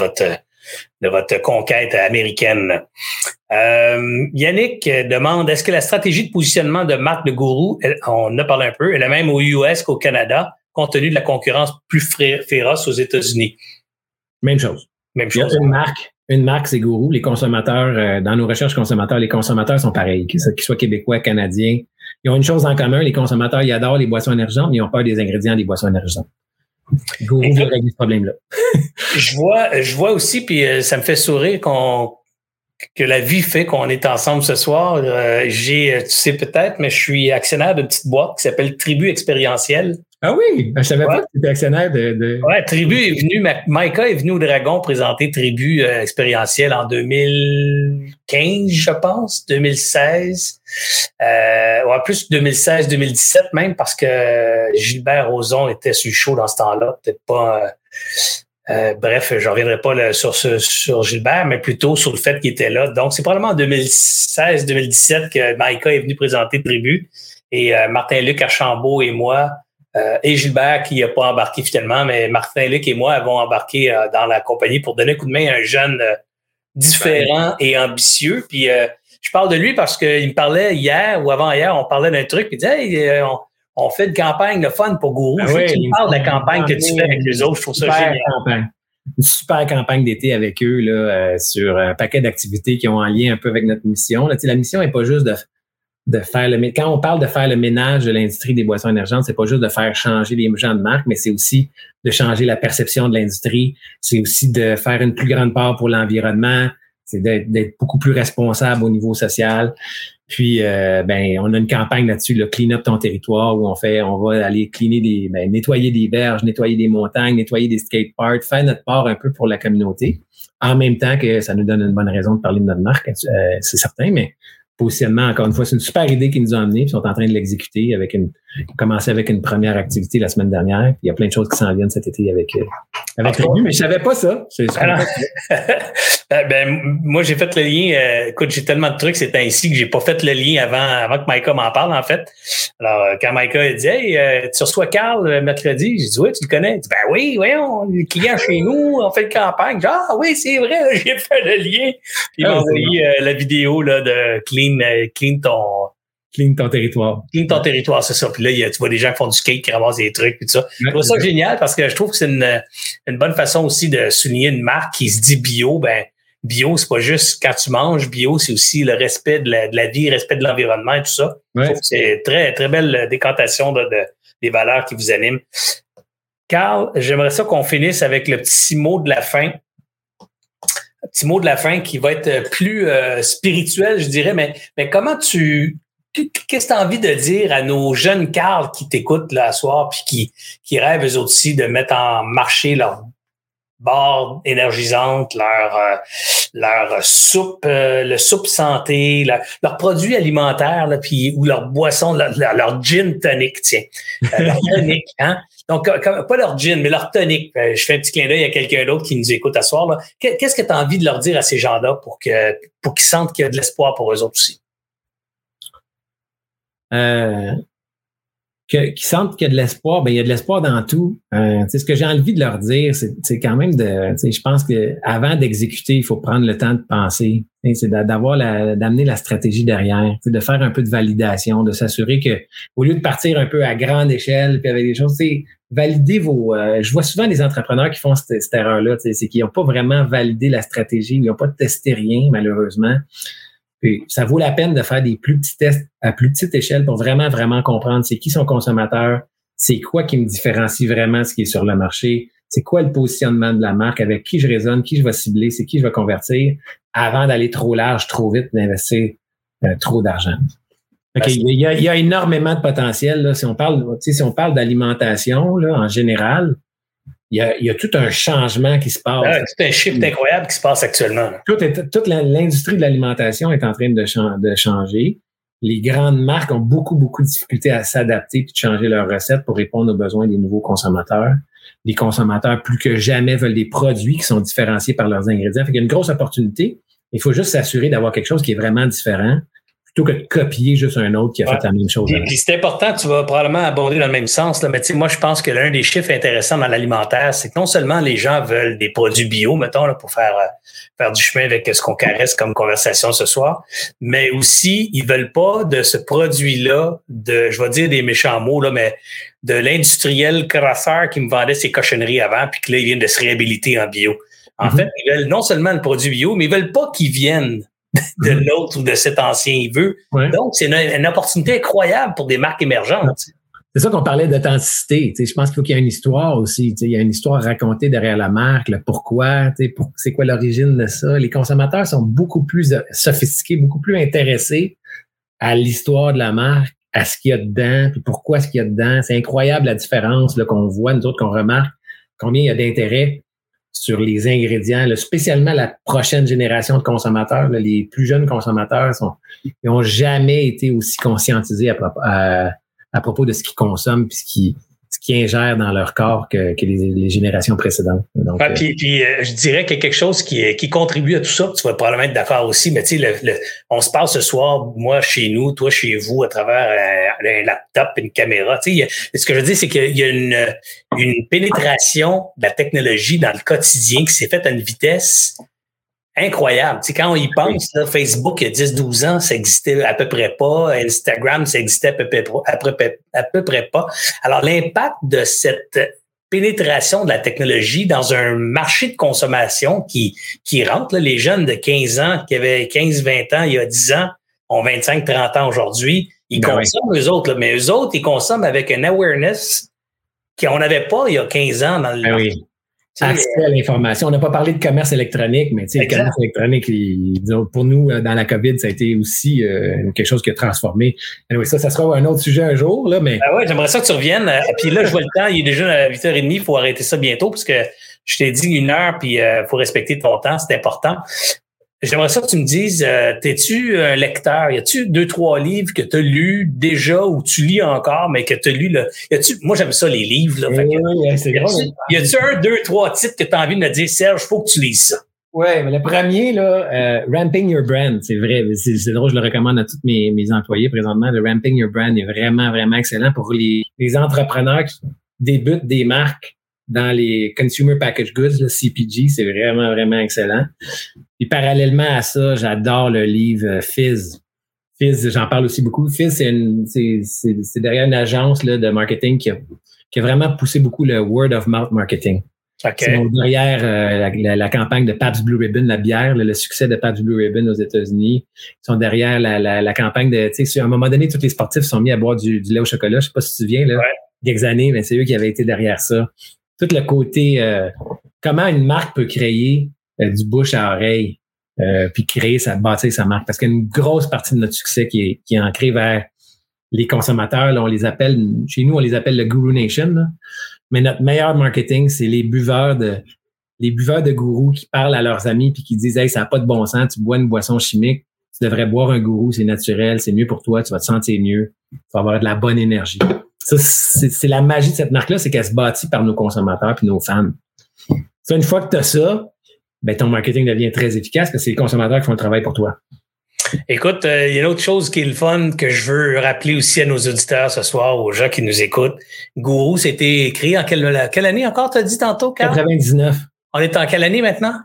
de votre conquête américaine. Yannick demande, est-ce que la stratégie de positionnement de marque de Guru, on en a parlé un peu, est la même aux US qu'au Canada, compte tenu de la concurrence plus féroce aux États-Unis? Même chose. Même chose. Il y a une marque, c'est Guru. Les consommateurs, dans nos recherches consommateurs, les consommateurs sont pareils, qu'ils soient québécois, canadiens. Ils ont une chose en commun, les consommateurs, ils adorent les boissons énergisantes, mais ils ont peur des ingrédients des boissons énergisantes. Guru veut régler ce problème-là. je vois aussi, puis ça me fait sourire que la vie fait qu'on est ensemble ce soir. Tu sais peut-être, mais je suis actionnaire d'une petite boîte qui s'appelle Tribu Expérientiel. Ah oui, je savais pas que tu étais actionnaire de... Ouais, Tribu est venu, Micah est venu au Dragon présenter Tribu Expérientiel en 2015, je pense, 2016. Plus 2016-2017 même, parce que Gilbert Rozon était sur le show dans ce temps-là. Peut-être pas... bref, je reviendrai pas sur Gilbert, mais plutôt sur le fait qu'il était là. Donc, c'est probablement en 2016-2017 que Micah est venu présenter Tribu. Et Martin-Luc Archambault et moi... et Gilbert qui n'a pas embarqué finalement, mais Martin-Luc et moi avons embarqué dans la compagnie pour donner un coup de main à un jeune différent et ambitieux. Puis je parle de lui parce qu'il me parlait hier ou avant-hier, on parlait d'un truc, puis il disait hey, on fait une campagne de fun pour Guru. Ah oui, tu me parles de la campagne que tu fais avec les autres, je trouve ça génial. Une super campagne d'été avec eux là, sur un paquet d'activités qui ont un lien un peu avec notre mission. Là, la mission n'est pas juste de faire quand on parle de faire le ménage de l'industrie des boissons énergentes, c'est pas juste de faire changer les gens de marque, mais c'est aussi de changer la perception de l'industrie. C'est aussi de faire une plus grande part pour l'environnement. C'est d'être beaucoup plus responsable au niveau social. Puis, on a une campagne là-dessus, le Clean Up ton territoire, où on va aller nettoyer des berges, nettoyer des montagnes, nettoyer des skateparks, faire notre part un peu pour la communauté. En même temps que ça nous donne une bonne raison de parler de notre marque, c'est certain, mais positionnement, encore une fois, c'est une super idée qu'ils nous ont amenée, puis ils sont en train de l'exécuter commencer avec une première activité la semaine dernière, puis il y a plein de choses qui s'en viennent cet été avec Tribu, mais je savais pas ça. Moi, j'ai fait le lien, écoute, j'ai tellement de trucs, c'est ainsi que j'ai pas fait le lien avant que Micah m'en parle, en fait. Alors, quand Micah a dit, hey, tu reçois Carl mercredi, j'ai dit, oui, tu le connais? Il dit, ben oui, voyons, le client chez nous, on fait une campagne. Genre, ah oui, c'est vrai, là, j'ai fait le lien. Puis il m'a envoyé la vidéo là, de Clean ton territoire. Clean ton territoire, c'est ça. Puis là, tu vois des gens qui font du skate, qui ramassent des trucs, puis tout ça. Je trouve ça génial parce que je trouve que c'est une bonne façon aussi de souligner une marque qui se dit bio. Bio, c'est pas juste quand tu manges. Bio, c'est aussi le respect de la vie, le respect de l'environnement et tout ça. Ouais. Je trouve que c'est très, très belle décantation des valeurs qui vous animent. Carl, j'aimerais ça qu'on finisse avec le petit mot de la fin. Un petit mot de la fin qui va être plus spirituel, je dirais. Mais comment qu'est-ce que tu as envie de dire à nos jeunes Carl qui t'écoutent là, ce soir puis qui rêvent eux aussi de mettre en marché leur barre énergisante, leur soupe, le soupe santé, leurs produits alimentaires, là, puis ou leur boisson, leur gin tonic, tiens. Leur tonic, hein? Donc, pas leur gin, mais leur tonic. Je fais un petit clin d'œil à quelqu'un d'autre qui nous écoute à ce soir. Là. Qu'est-ce que tu as envie de leur dire à ces gens-là pour qu'ils sentent qu'il y a de l'espoir pour eux autres aussi? Qui sentent qu'il y a de l'espoir, il y a de l'espoir dans tout. Ce que j'ai envie de leur dire, c'est quand même je pense que avant d'exécuter, il faut prendre le temps de penser. C'est d'amener la stratégie derrière, de faire un peu de validation, de s'assurer que au lieu de partir un peu à grande échelle puis avec des choses, valider je vois souvent des entrepreneurs qui font cette erreur-là, c'est qu'ils n'ont pas vraiment validé la stratégie, ils n'ont pas testé rien, malheureusement. Puis, ça vaut la peine de faire des plus petits tests à plus petite échelle pour vraiment, vraiment comprendre c'est qui son consommateur, c'est quoi qui me différencie vraiment ce qui est sur le marché, c'est quoi le positionnement de la marque, avec qui je raisonne, qui je vais cibler, c'est qui je vais convertir, avant d'aller trop large, trop vite, d'investir trop d'argent. Okay, il y a énormément de potentiel. Là, si on parle d'alimentation là, en général, il y a tout un changement qui se passe. Ouais, tout un shift incroyable qui se passe actuellement. Toute l'industrie de l'alimentation est en train de changer. Les grandes marques ont beaucoup, beaucoup de difficultés à s'adapter et de changer leurs recettes pour répondre aux besoins des nouveaux consommateurs. Les consommateurs, plus que jamais, veulent des produits qui sont différenciés par leurs ingrédients. Fait qu'il y a une grosse opportunité. Il faut juste s'assurer d'avoir quelque chose qui est vraiment différent, plutôt que de copier juste un autre qui a fait la même chose. Puis c'est important, tu vas probablement aborder dans le même sens, là, mais tu sais, moi, je pense que l'un des chiffres intéressants dans l'alimentaire, c'est que non seulement les gens veulent des produits bio, mettons, là, pour faire du chemin avec ce qu'on caresse comme conversation ce soir, mais aussi, ils veulent pas de ce produit-là, je vais dire des méchants mots, là, mais de l'industriel crosseur qui me vendait ses cochonneries avant, puis que là, il vient de se réhabiliter en bio. En fait, ils veulent non seulement le produit bio, mais ils veulent pas qu'il vienne de l'autre ou de cet ancien. Il veut. Ouais. Donc, c'est une opportunité incroyable pour des marques émergentes. C'est ça qu'on parlait d'authenticité. Je pense qu'il faut qu'il y ait une histoire aussi. Il y a une histoire racontée derrière la marque, le pourquoi, c'est quoi l'origine de ça. Les consommateurs sont beaucoup plus sophistiqués, beaucoup plus intéressés à l'histoire de la marque, à ce qu'il y a dedans, puis pourquoi ce qu'il y a dedans. C'est incroyable la différence là, qu'on voit, nous autres, qu'on remarque combien il y a d'intérêt sur les ingrédients, là, spécialement la prochaine génération de consommateurs. Là, les plus jeunes consommateurs ils n'ont jamais été aussi conscientisés à propos de ce qu'ils consomment puis ce qu'ils ingèrent dans leur corps que les générations précédentes. Donc, puis je dirais qu'il y a quelque chose qui contribue à tout ça. Tu vas probablement être d'accord aussi, mais tu sais, on se parle ce soir, moi chez nous, toi chez vous, à travers un laptop, une caméra. Tu sais, ce que je veux dire, c'est qu'il y a une pénétration de la technologie dans le quotidien qui s'est faite à une vitesse incroyable. Tu sais, quand on y pense, là, Facebook, il y a 10-12 ans, ça existait à peu près pas. Instagram, ça existait à peu près pas. Alors, l'impact de cette pénétration de la technologie dans un marché de consommation qui rentre, là, les jeunes de 15 ans, qui avaient 15-20 ans il y a 10 ans, ont 25-30 ans aujourd'hui, ils consomment eux autres, là, mais eux autres, ils consomment avec un awareness qu'on n'avait pas il y a 15 ans dans le marché. Accès à l'information. On n'a pas parlé de commerce électronique, mais le commerce électronique, pour nous, dans la COVID, ça a été aussi quelque chose qui a transformé. Anyway, ça sera un autre sujet un jour, là, mais. Ah ouais, j'aimerais ça que tu reviennes. Puis là, je vois le temps, il est déjà à 8h30, il faut arrêter ça bientôt, parce que je t'ai dit 1 heure, puis faut respecter ton temps, c'est important. J'aimerais ça que tu me dises, t'es-tu un lecteur? Y a-tu 2-3 livres que tu as lus déjà ou tu lis encore, mais que tu as lu moi, j'aime ça, les livres, là. C'est drôle. Y a-tu 1, 2, 3 titres que tu as envie de me dire, Serge, faut que tu lises ça? Ouais, mais le premier, là, Ramping Your Brand, c'est vrai. C'est drôle, je le recommande à tous mes employés présentement. Le Ramping Your Brand est vraiment, vraiment excellent pour les entrepreneurs qui débutent des marques dans les Consumer Packaged Goods, le CPG, c'est vraiment, vraiment excellent. Puis parallèlement à ça, j'adore le livre Fizz. Fizz, j'en parle aussi beaucoup. Fizz, c'est derrière une agence là, de marketing qui a vraiment poussé beaucoup le word of mouth marketing. Okay. C'est derrière la campagne de Pabst Blue Ribbon, la bière, le succès de Pabst Blue Ribbon aux États-Unis. Ils sont derrière la campagne de, tu sais, à un moment donné, tous les sportifs sont mis à boire du lait au chocolat. Je sais pas si tu te souviens, là, quelques années, mais c'est eux qui avaient été derrière ça. Tout le côté, comment une marque peut créer du bouche à oreille, puis bâtir sa marque. Parce qu'il y a une grosse partie de notre succès qui est ancrée vers les consommateurs. Là, chez nous, on les appelle le Guru Nation. Là. Mais notre meilleur marketing, c'est les buveurs de gourous qui parlent à leurs amis puis qui disent « Hey, ça n'a pas de bon sens, tu bois une boisson chimique, tu devrais boire un gourou, c'est naturel, c'est mieux pour toi, tu vas te sentir mieux, tu vas avoir de la bonne énergie. » Ça, c'est la magie de cette marque-là, c'est qu'elle se bâtit par nos consommateurs puis nos fans. Ça, une fois que tu as ça, ben ton marketing devient très efficace parce que c'est les consommateurs qui font le travail pour toi. Écoute, il y a une autre chose qui est le fun que je veux rappeler aussi à nos auditeurs ce soir, aux gens qui nous écoutent. Gourou, c'était écrit en quelle année encore, t'as dit tantôt, Carl? 99. On est en quelle année maintenant?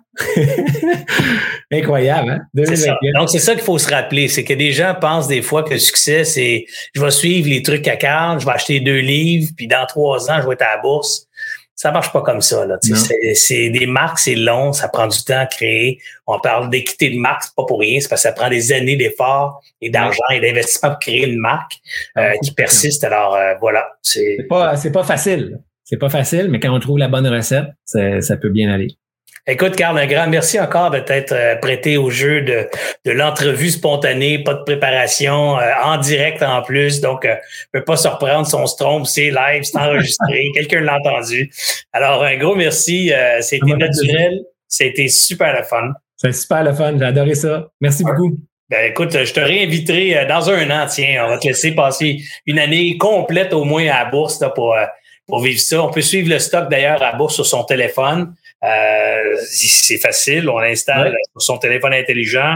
Incroyable, hein? 2021. C'est ça. Donc, c'est ça qu'il faut se rappeler. C'est que des gens pensent des fois que le succès, c'est je vais suivre les trucs à Carl, je vais acheter 2 livres, puis dans 3 ans, je vais être à la bourse. Ça marche pas comme ça, là. C'est des marques, c'est long, ça prend du temps à créer. On parle d'équité de marque, c'est pas pour rien, c'est parce que ça prend des années d'efforts et d'argent et d'investissement pour créer une marque qui persiste. Alors, voilà. C'est pas facile. C'est pas facile, mais quand on trouve la bonne recette, ça peut bien aller. Écoute, Carl, un grand merci encore de t'être prêté au jeu de l'entrevue spontanée, pas de préparation, en direct en plus. Donc, peut pas se reprendre si on se trompe, c'est live, c'est enregistré, quelqu'un l'a entendu. Alors, un gros merci. C'était naturel. C'était super le fun. C'est super le fun. J'ai adoré ça. Merci beaucoup. Ben, écoute, je te réinviterai dans 1 an. Tiens, on va te laisser passer une année complète au moins à la bourse là, pour vivre ça. On peut suivre le stock d'ailleurs à la bourse sur son téléphone. C'est facile, on l'installe sur son téléphone intelligent.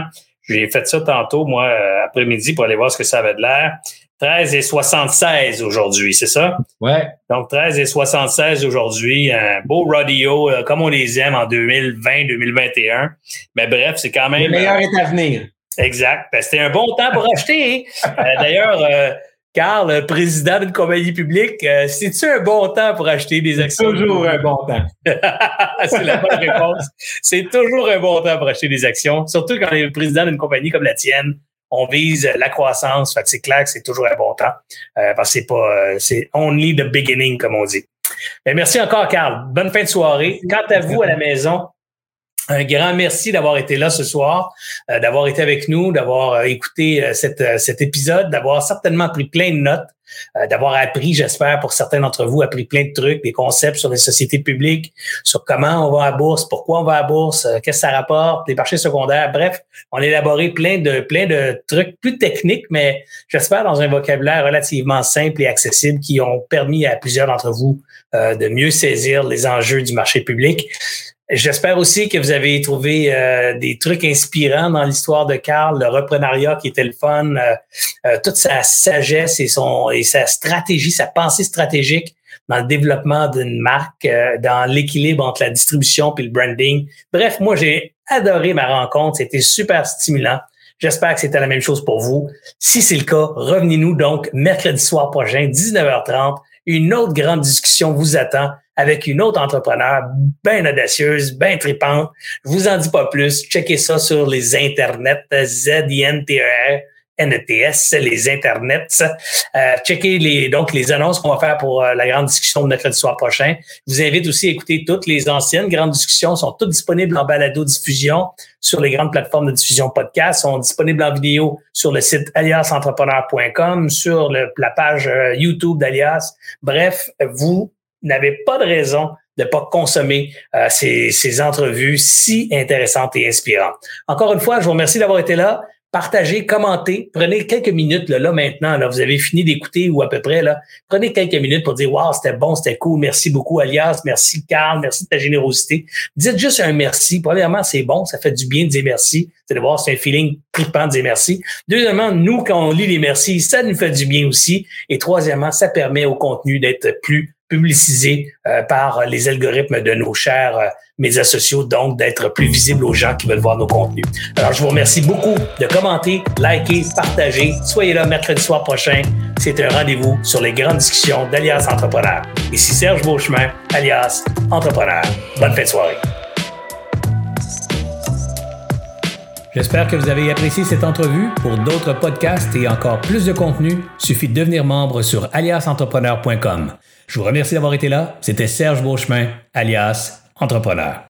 J'ai fait ça tantôt, moi, après-midi, pour aller voir ce que ça avait de l'air. 13,76 aujourd'hui, c'est ça? Ouais. Donc, 13,76 aujourd'hui. Un beau rodeo, comme on les aime en 2020, 2021. Mais bref, c'est quand même... Le meilleur est à venir. Exact. Ben, c'était un bon temps pour acheter. D'ailleurs, Carl, président d'une compagnie publique, c'est-tu un bon temps pour acheter des actions? C'est toujours un bon temps. C'est la bonne réponse. C'est toujours un bon temps pour acheter des actions, surtout quand on est président d'une compagnie comme la tienne. On vise la croissance. Fait que c'est clair que c'est toujours un bon temps. Parce que c'est only the beginning, comme on dit. Mais merci encore, Carl. Bonne fin de soirée. Quant à vous à la maison, un grand merci d'avoir été là ce soir, d'avoir été avec nous, d'avoir écouté cet épisode, d'avoir certainement pris plein de notes, d'avoir appris, j'espère, pour certains d'entre vous, appris plein de trucs, des concepts sur les sociétés publiques, sur comment on va à la bourse, pourquoi on va à la bourse, qu'est-ce que ça rapporte, les marchés secondaires. Bref, on a élaboré plein de trucs plus techniques, mais j'espère dans un vocabulaire relativement simple et accessible qui ont permis à plusieurs d'entre vous de mieux saisir les enjeux du marché public. J'espère aussi que vous avez trouvé des trucs inspirants dans l'histoire de Carl, le reprenariat qui était le fun, toute sa sagesse et sa stratégie, sa pensée stratégique dans le développement d'une marque, dans l'équilibre entre la distribution et le branding. Bref, moi, j'ai adoré ma rencontre. C'était super stimulant. J'espère que c'était la même chose pour vous. Si c'est le cas, revenez-nous donc mercredi soir prochain, 19h30. Une autre grande discussion vous attend avec une autre entrepreneur bien audacieuse, bien tripante. Je vous en dis pas plus. Checkez ça sur les internets, ZINTERNETS, les internets. Checkez les annonces qu'on va faire pour la grande discussion de mercredi soir prochain. Je vous invite aussi à écouter toutes les anciennes grandes discussions. Sont toutes disponibles en balado-diffusion sur les grandes plateformes de diffusion podcast. Sont disponibles en vidéo sur le site aliasentrepreneur.com, sur la page YouTube d'Alias. Bref, vous n'avez pas de raison de pas consommer ces entrevues si intéressantes et inspirantes. Encore une fois, je vous remercie d'avoir été là. Partagez, commentez, prenez quelques minutes là maintenant, là, vous avez fini d'écouter ou à peu près là, prenez quelques minutes pour dire wow, c'était bon, c'était cool, merci beaucoup Alias, merci Carl, merci de ta générosité. Dites juste un merci. Premièrement, c'est bon, ça fait du bien de dire merci, c'est de voir, c'est un feeling trippant de dire merci. Deuxièmement, nous quand on lit les merci, ça nous fait du bien aussi. Et troisièmement, ça permet au contenu d'être plus publicisé par les algorithmes de nos chers médias sociaux, donc d'être plus visible aux gens qui veulent voir nos contenus. Alors, je vous remercie beaucoup de commenter, liker, partager. Soyez là mercredi soir prochain. C'est un rendez-vous sur les grandes discussions d'Alias Entrepreneur. Ici Serge Beauchemin, Alias Entrepreneur. Bonne fin de soirée. J'espère que vous avez apprécié cette entrevue. Pour d'autres podcasts et encore plus de contenu, suffit de devenir membre sur aliasentrepreneur.com. Je vous remercie d'avoir été là. C'était Serge Beauchemin, Alias Entrepreneur.